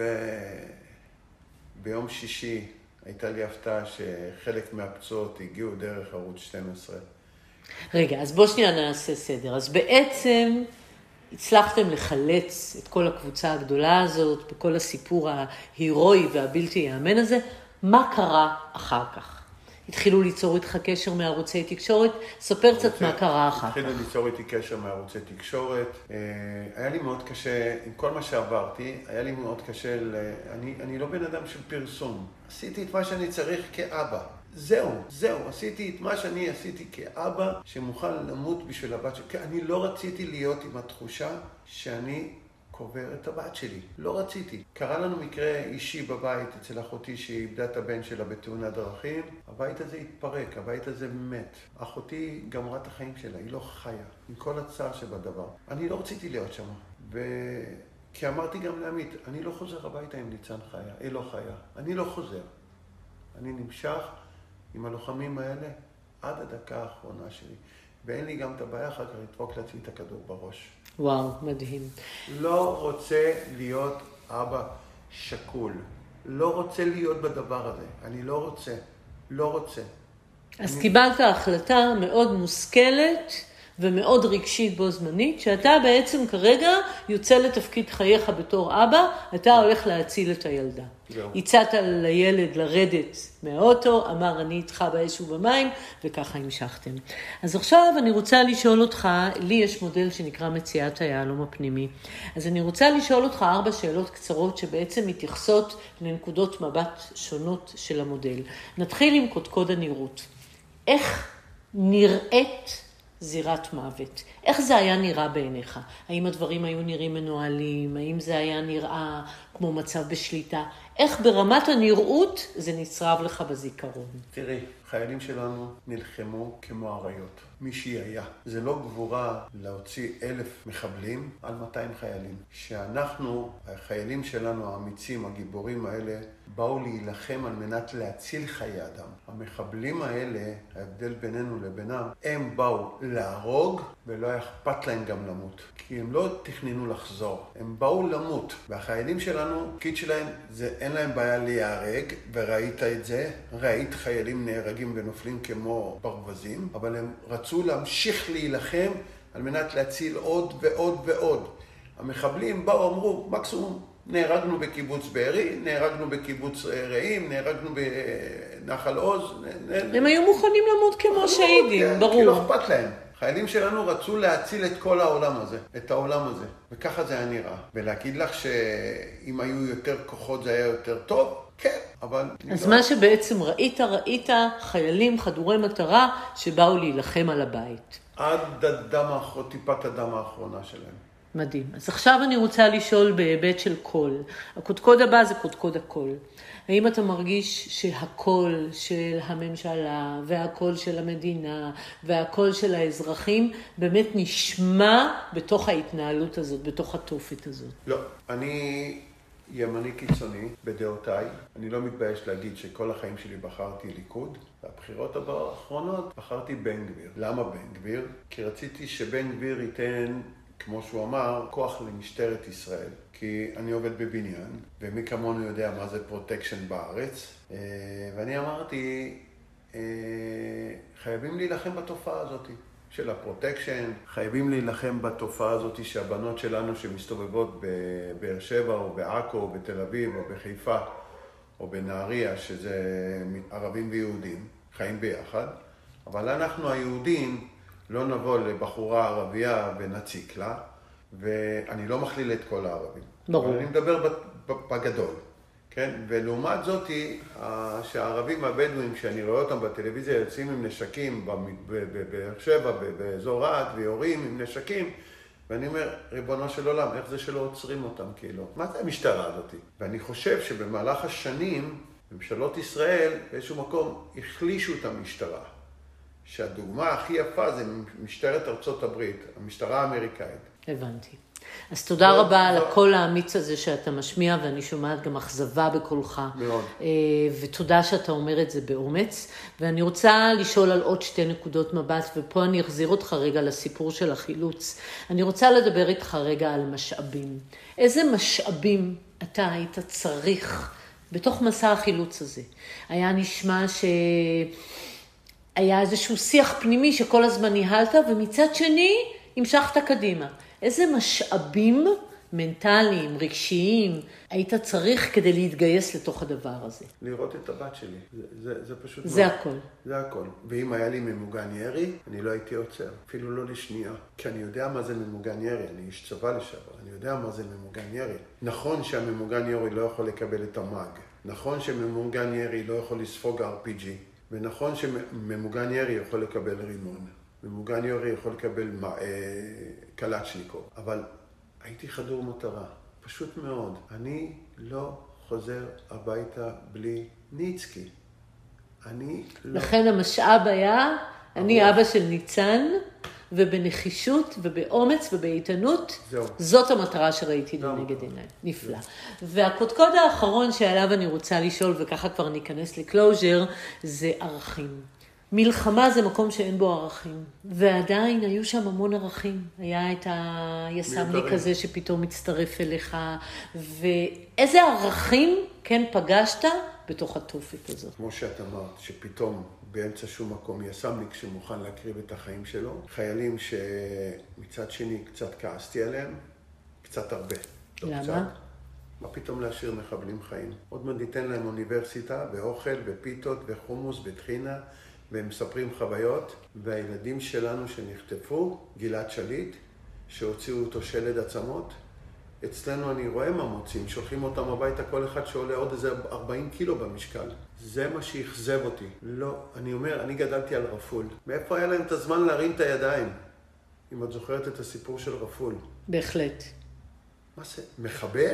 וביום שישי הייתה לי הפתעה שחלק מהפצועות הגיעו דרך ערוץ שתים עשרה. רגע, אז בוא שנייה נעשה סדר. אז בעצם... הצלחתם לחלץ את כל הקבוצה הגדולה הזאת, בכל הסיפור ההירואי והבלתי יאמן הזה. מה קרה אחר כך? התחילו ליצור איתך קשר מערוצי תקשורת? ספר קצת מה קרה אחר כך. התחילו ליצור איתי קשר מערוצי תקשורת. היה לי מאוד קשה, עם כל מה שעברתי, היה לי מאוד קשה, אני, אני לא בן אדם של פרסום. עשיתי את מה שאני צריך כאבא. זהו, זהו, עשיתי את מה שאני עשיתי כאבא שמוכן למות בשביל הבת שלי. אני לא רציתי להיות עם התחושה שאני קובר את הבת שלי. לא רציתי. קרה לנו מקרה אישי בבית אצל אחותי שהיא איבדה את הבן שלה בתאונת דרכים. הבית הזה התפרק, הבית הזה מת. אחותי גמרה את החיים שלה, היא לא חיה. עם כל הצער שבדבר. אני לא רציתי להיות שם. ו... כי אמרתי גם לעמית, אני לא חוזר הביתה עם ניצן חיה, היא לא חיה. אני לא חוזר. אני נמשך עם הלוחמים האלה עד הדקה האחרונה שלי. ואין לי גם את הבעיה אחר כך לדפוק לעצמי את הכדור בראש. וואו, מדהים. לא רוצה להיות אבא שקול. לא רוצה להיות בדבר הזה. אני לא רוצה. לא רוצה. אז אני... קיבלת החלטה מאוד מושכלת ומאוד רגשית בו זמנית, שאתה בעצם כרגע יוצא לתפקיד חייך בתור אבא, אתה הולך להציל את הילדה. הצעת לילד לרדת מהאוטו, אמר אני איתך באש ובמים, וככה המשכתם. אז עכשיו אני רוצה לשאול אותך, לי יש מודל שנקרא מציאת היהלום הפנימי, אז אני רוצה לשאול אותך ארבע שאלות קצרות שבעצם מתייחסות לנקודות מבט שונות של המודל. נתחיל עם קודקוד הנראות. איך נראית זירת מוות? איך זה היה נראה בעיניך? האם הדברים היו נראים מנוהלים? האם זה היה נראה כמו מצב בשליטה? איך ברמת הנראות זה נצרב לך בזיכרון? תראי, חיילים שלנו נלחמו כמו אריות. מי שהיה. זה לא גבורה להוציא אלף מחבלים על מאתיים חיילים. שאנחנו, החיילים שלנו, האמיצים, הגיבורים האלה, באו להילחם על מנת להציל חיי אדם. המחבלים האלה, ההבדל בינינו לבינם, הם באו להרוג ולא היה אכפת להם גם למות. כי הם לא תכננו לחזור, הם באו למות. והחיילים שלנו, תפקיד שלהם, זה אין להם בעיה להיהרג, וראית את זה, ראית חיילים נהרגים ונופלים כמו ברווזים, אבל הם רצו להמשיך להילחם על מנת להציל עוד ועוד ועוד. המחבלים באו, אמרו, מקסימום, נהרגנו בקיבוץ בארי, נהרגנו בקיבוץ רעים, נהרגנו בנחל עוז. הם היו מוכנים למות כמו שהידים, ברור. כי לא אכפת להם. חיילים שלנו רצו להציל את כל העולם הזה, את העולם הזה. וככה זה היה נראה. ולהגיד לך שאם היו יותר כוחות זה היה יותר טוב? כן, אבל... אז מה שבעצם ראית, ראית חיילים חדורי מטרה שבאו להילחם על הבית. עד הדם האחרון, טיפת הדם האחרונה שלהם. מדהים. אז עכשיו אני רוצה לשאול בהיבט של קול. הקודקוד הבא זה קודקוד הקול. האם אתה מרגיש שהקול של הממשלה והקול של המדינה והקול של האזרחים באמת נשמע בתוך ההתנהלות הזאת, בתוך התופת הזאת? לא. אני ימני קיצוני בדעותיי. אני לא מתבייש להגיד שכל החיים שלי בחרתי ליכוד. והבחירות האחרונות בחרתי בן גביר. למה בן גביר? כי רציתי שבן גביר ייתן... כמו שהוא אמר, כוח למשטרת ישראל. כי אני עובד בבניין, ומי כמונו יודע מה זה פרוטקשן בארץ. ואני אמרתי, חייבים להילחם בתופעה הזאת של הפרוטקשן. חייבים להילחם בתופעה הזאת שהבנות שלנו שמסתובבות בבאר שבע או בעכו או בתל אביב או בחיפה או בנהריה, שזה ערבים ויהודים, חיים ביחד. אבל אנחנו היהודים, לא נבוא לבחורה ערבייה ונציק לה, ואני לא מכליל את כל הערבים. ברור. אבל אני מדבר בגדול, כן? ולעומת זאת, שהערבים הבדואים, שאני רואה אותם בטלוויזיה, יוצאים עם נשקים בבאר שבע, באזור רהט, ויורים עם נשקים, ואני אומר, ריבונו של עולם, איך זה שלא עוצרים אותם כאילו? מה זה המשטרה הזאת? ואני חושב שבמהלך השנים, ממשלות ישראל, באיזשהו מקום, החלישו את המשטרה. שהדוגמה הכי יפה זה משטרת ארצות הברית, המשטרה האמריקאית. הבנתי. אז תודה רבה על הקול האמיץ הזה שאתה משמיע, ואני שומעת גם אכזבה בקולך. מאוד. ותודה שאתה אומר את זה באומץ. ואני רוצה לשאול על עוד שתי נקודות מבט, ופה אני אחזיר אותך רגע לסיפור של החילוץ. אני רוצה לדבר איתך רגע על משאבים. איזה משאבים אתה היית צריך בתוך מסע החילוץ הזה? היה נשמע ש... היה איזשהו שיח פנימי שכל הזמן ניהלת, ומצד שני המשכת קדימה. איזה משאבים מנטליים, רגשיים, היית צריך כדי להתגייס לתוך הדבר הזה? לראות את הבת שלי. זה, זה, זה פשוט... זה מה... הכל. זה הכל. ואם היה לי ממוגן ירי, אני לא הייתי עוצר. אפילו לא לשנייה. כי אני יודע מה זה ממוגן ירי. אני איש צבא לשעבר. אני יודע מה זה ממוגן ירי. נכון שהממוגן ירי לא יכול לקבל את המאג. נכון שממוגן ירי לא יכול לספוג אר פי ג'י. ונכון שממוגן ירי יכול לקבל רימון, ממוגן ירי יכול לקבל קלצ'ניקוב, אבל הייתי חדור מטרה, פשוט מאוד. אני לא חוזר הביתה בלי ניצקי. אני לא... לכן המשאב היה, אני אבא של ניצן, ובנחישות ובאומץ ובאיתנות, זהו. זאת המטרה שראיתי לנגד עיניי. נפלא. והקודקוד האחרון שעליו אני רוצה לשאול, וככה כבר ניכנס לקלוז'ר, זה ערכים. מלחמה זה מקום שאין בו ערכים, ועדיין היו שם המון ערכים. היה את היסמניק הזה שפתאום מצטרף אליך, ואיזה ערכים כן פגשת בתוך התופת הזאת. כמו שאת אמרת, שפתאום באמצע שום מקום יס"מניק שמוכן להקריב את החיים שלו. חיילים שמצד שני קצת כעסתי עליהם, קצת הרבה. למה? מה פתאום להשאיר מחבלים חיים? עוד מעט ניתן להם אוניברסיטה, ואוכל, ופיתות, וחומוס, וטחינה, והם מספרים חוויות, והילדים שלנו שנחטפו, גלעד שליט, שהוציאו אותו שלד עצמות, אצלנו אני רואה מה מוצאים, שולחים אותם הביתה, כל אחד שעולה עוד איזה ארבעים קילו במשקל. זה מה שהחזב אותי. לא, אני אומר, אני גדלתי על רפול. מאיפה היה להם את הזמן להרים את הידיים? אם את זוכרת את הסיפור של רפול. בהחלט. מה זה? מחבל?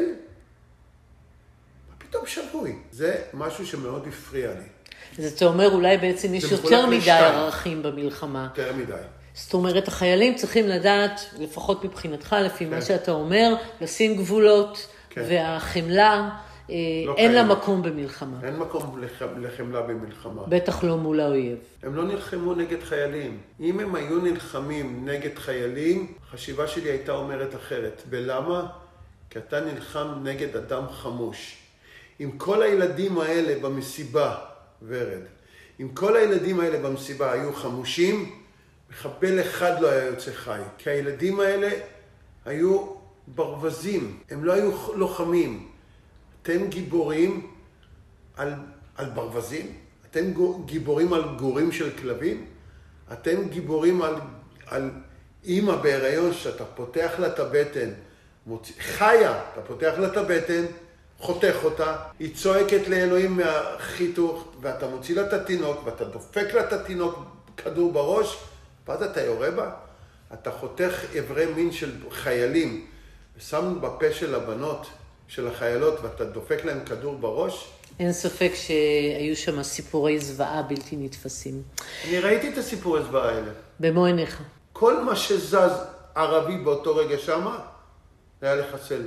מה פתאום שבוי? זה משהו שמאוד הפריע לי. אז אתה אומר, אולי בעצם יש יותר מדי ערכים במלחמה. יותר מדי. זאת אומרת, החיילים צריכים לדעת, לפחות מבחינתך, לפי כן. מה שאתה אומר, לשים גבולות, כן. והחמלה, לא אין לה מקום במלחמה. אין מקום לח... לחמלה במלחמה. בטח לא מול האויב. הם לא נלחמו נגד חיילים. אם הם היו נלחמים נגד חיילים, החשיבה שלי הייתה אומרת אחרת. ולמה? כי אתה נלחם נגד אדם חמוש. עם כל הילדים האלה במסיבה, ורד, אם כל הילדים האלה במסיבה היו חמושים, מחבל אחד לא היה יוצא חי. כי הילדים האלה היו ברווזים, הם לא היו לוחמים. אתם גיבורים על, על ברווזים? אתם גיבורים על גורים של כלבים? אתם גיבורים על, על אמא בהיריון שאתה פותח לה את הבטן, מוציא, חיה, אתה פותח לה את הבטן, חותך אותה, היא צועקת לאלוהים מהחיתוך, ואתה מוציא לה את התינוק, ואתה דופק לה את התינוק כדור בראש, ואז אתה יורה בה, אתה חותך אברי מין של חיילים, ושם בפה של הבנות, של החיילות, ואתה דופק להם כדור בראש. אין ספק שהיו שם סיפורי זוועה בלתי נתפסים. אני ראיתי את הסיפורי זוועה האלה. במו עיניך. כל מה שזז ערבי באותו רגע שמה, היה לחסל.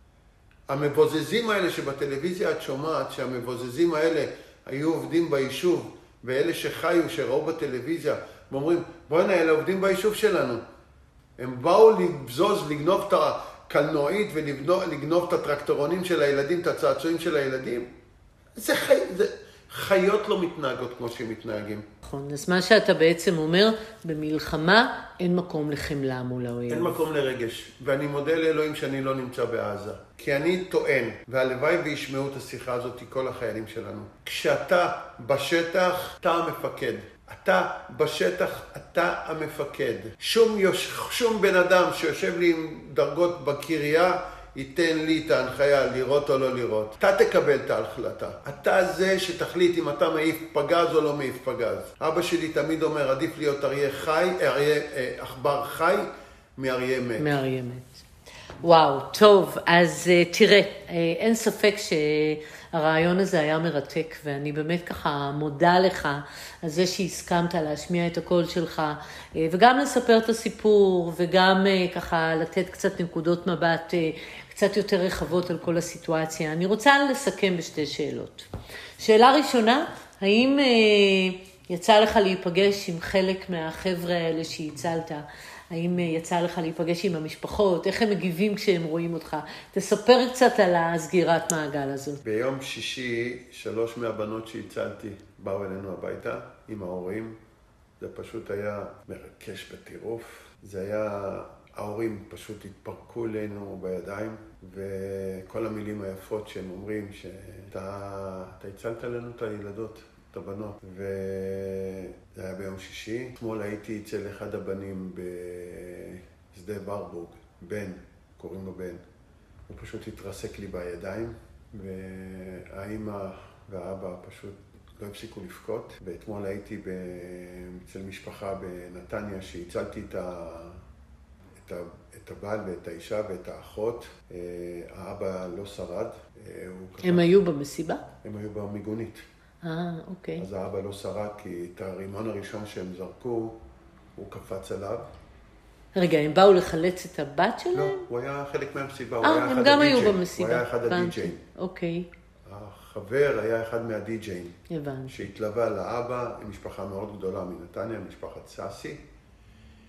המבוזזים האלה שבטלוויזיה את שומעת, שהמבוזזים האלה היו עובדים ביישוב, ואלה שחיו, שראו בטלוויזיה, ואומרים, בואי נה, אלה עובדים ביישוב שלנו. הם באו לבזוז, לגנוב את הקלנועית ולגנוב את הטרקטורונים של הילדים, את הצעצועים של הילדים. זה, חי... זה חיות לא מתנהגות כמו שהם מתנהגים. נכון, אז מה שאתה בעצם אומר, במלחמה אין מקום לחמלה מול האויב. אין מקום לרגש, ואני מודה לאלוהים שאני לא נמצא בעזה. כי אני טוען, והלוואי וישמעו את השיחה הזאת כל החיילים שלנו. כשאתה בשטח, אתה המפקד. אתה בשטח, אתה המפקד. שום, יוש... שום בן אדם שיושב לי עם דרגות בקריה, ייתן לי את ההנחיה לראות או לא לראות. אתה תקבל את ההחלטה. אתה זה שתחליט אם אתה מעיף פגז או לא מעיף פגז. אבא שלי תמיד אומר, עדיף להיות אריה חי, אריה, עכבר חי, מאריה מת. מאריה מת. וואו, טוב, אז תראה, אין ספק שהרעיון הזה היה מרתק, ואני באמת ככה מודה לך על זה שהסכמת להשמיע את הקול שלך, וגם לספר את הסיפור, וגם ככה לתת קצת נקודות מבט קצת יותר רחבות על כל הסיטואציה. אני רוצה לסכם בשתי שאלות. שאלה ראשונה, האם יצא לך להיפגש עם חלק מהחבר'ה האלה שהצלת? האם יצא לך להיפגש עם המשפחות? איך הם מגיבים כשהם רואים אותך? תספר קצת על הסגירת מעגל הזו. ביום שישי, שלוש מהבנות שהצלתי באו אלינו הביתה עם ההורים. זה פשוט היה מרגש בטירוף. זה היה, ההורים פשוט התפרקו אלינו בידיים, וכל המילים היפות שהם אומרים שאתה אתה הצלת לנו את הילדות. את הבנות, וזה היה ביום שישי. אתמול הייתי אצל אחד הבנים בשדה ורבורג, בן, קוראים לו בן. הוא פשוט התרסק לי בידיים, והאמא והאבא פשוט לא הפסיקו לבכות. ואתמול הייתי אצל משפחה בנתניה שהצלתי את, ה... את, ה... את הבעל ואת האישה ואת האחות. האבא לא שרד. הם כתב... היו במסיבה? הם היו במיגונית. אה, אוקיי. אז האבא לא שרד, כי את הרימון הראשון שהם זרקו, הוא קפץ עליו. רגע, הם באו לחלץ את הבת שלהם? לא, הוא היה חלק מהמסיבה, הוא 아, היה אחד הדי-ג'יין. הם גם היו במסיבה. הוא היה אחד הדי-ג'יין. אוקיי. החבר היה אחד מהדי-ג'יין. הבנתי. שהתלווה לאבא, עם משפחה מאוד גדולה מנתניה, משפחת סאסי.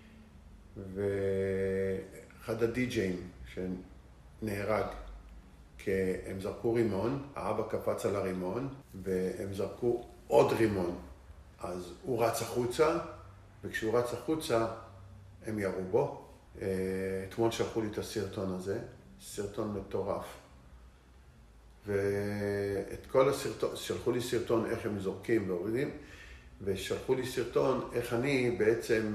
ואחד הדי-ג'יין שנהרג כי הם זרקו רימון, האבא קפץ על הרימון, והם זרקו עוד רימון. אז הוא רץ החוצה, וכשהוא רץ החוצה, הם ירו בו. אתמול שלחו לי את הסרטון הזה, סרטון מטורף. ואת כל הסרטון, שלחו לי סרטון איך הם זורקים והורידים, ושלחו לי סרטון איך אני בעצם,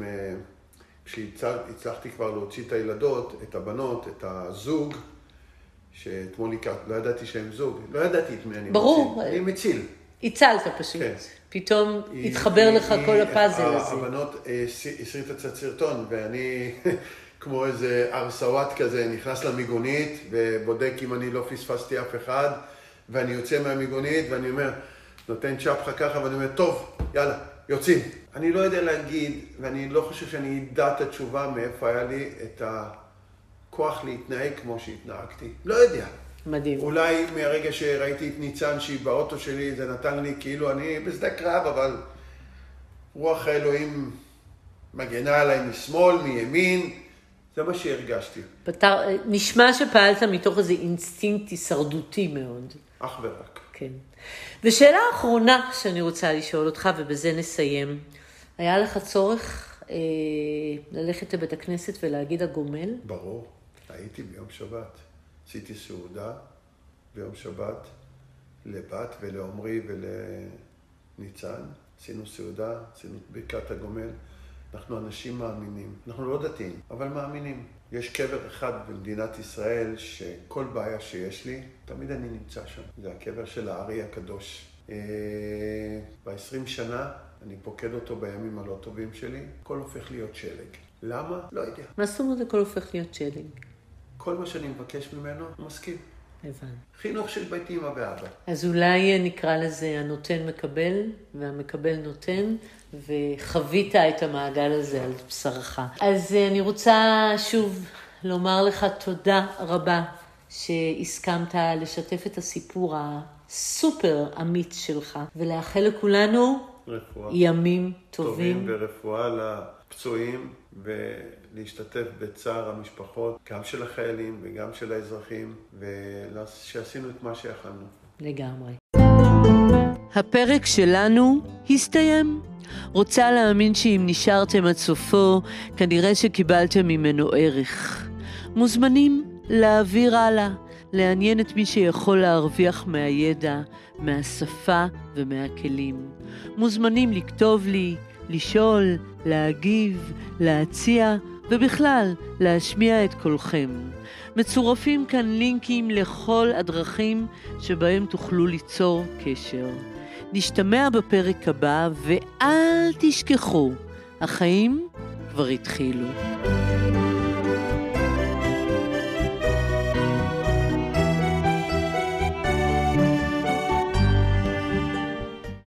כשהצלחתי כבר להוציא את הילדות, את הבנות, את הזוג, שאתמול לא ידעתי שהם זוג, לא ידעתי את מי אני ברור. מציל. אני מציל. הצלת פשוט. כן. פתאום היא, התחבר היא, לך היא, כל הפאזל הזה. הבנות הסריט את הסרטון, ואני כמו איזה ארסוואט כזה, נכנס למיגונית, ובודק אם אני לא פספסתי אף אחד, ואני יוצא מהמיגונית, ואני אומר, נותן צ'פחה ככה, ואני אומר, טוב, יאללה, יוצאים. אני לא יודע להגיד, ואני לא חושב שאני אדע את התשובה מאיפה היה לי את הכוח להתנהג כמו שהתנהגתי. לא יודע. מדהים. אולי מהרגע שראיתי את ניצן שהיא באוטו שלי, זה נתן לי כאילו אני בשדה קרב, אבל רוח האלוהים מגנה עליי משמאל, מימין, זה מה שהרגשתי. פתר, נשמע שפעלת מתוך איזה אינסטינקט הישרדותי מאוד. אך ורק. כן. ושאלה האחרונה שאני רוצה לשאול אותך, ובזה נסיים. היה לך צורך אה, ללכת לבית הכנסת ולהגיד הגומל? ברור. הייתי ביום שבת. עשיתי סעודה ביום שבת לבת ולעומרי ולניצן. עשינו סעודה, עשינו ברכת הגומל. אנחנו אנשים מאמינים. אנחנו לא דתיים, אבל מאמינים. יש קבר אחד במדינת ישראל שכל בעיה שיש לי, תמיד אני נמצא שם. זה הקבר של הארי הקדוש. ב-עשרים שנה אני פוקד אותו בימים הלא טובים שלי, הכל הופך להיות שלג. למה? לא יודע. מה זאת אומרת הכל הופך להיות שלג? כל מה שאני מבקש ממנו, מסכים. הבן. חינוך של בית אמא ואבא. אז אולי נקרא לזה הנותן מקבל, והמקבל נותן, וחווית את המעגל הזה על בשרך. אז אני רוצה שוב לומר לך תודה רבה שהסכמת לשתף את הסיפור הסופר אמיץ שלך, ולאחל לכולנו רפואה. ימים טובים. טובים ורפואה לפצועים, ולהשתתף בצער המשפחות, גם של החיילים וגם של האזרחים, ושעשינו את מה שיכלנו. לגמרי. הפרק שלנו הסתיים. רוצה להאמין שאם נשארתם עד סופו, כנראה שקיבלתם ממנו ערך. מוזמנים להעביר הלאה, לעניין את מי שיכול להרוויח מהידע, מהשפה ומהכלים. מוזמנים לכתוב לי, לשאול, להגיב, להציע, ובכלל להשמיע את קולכם. מצורפים כאן לינקים לכל הדרכים שבהם תוכלו ליצור קשר. נשתמע בפרק הבא, ואל תשכחו, החיים כבר התחילו.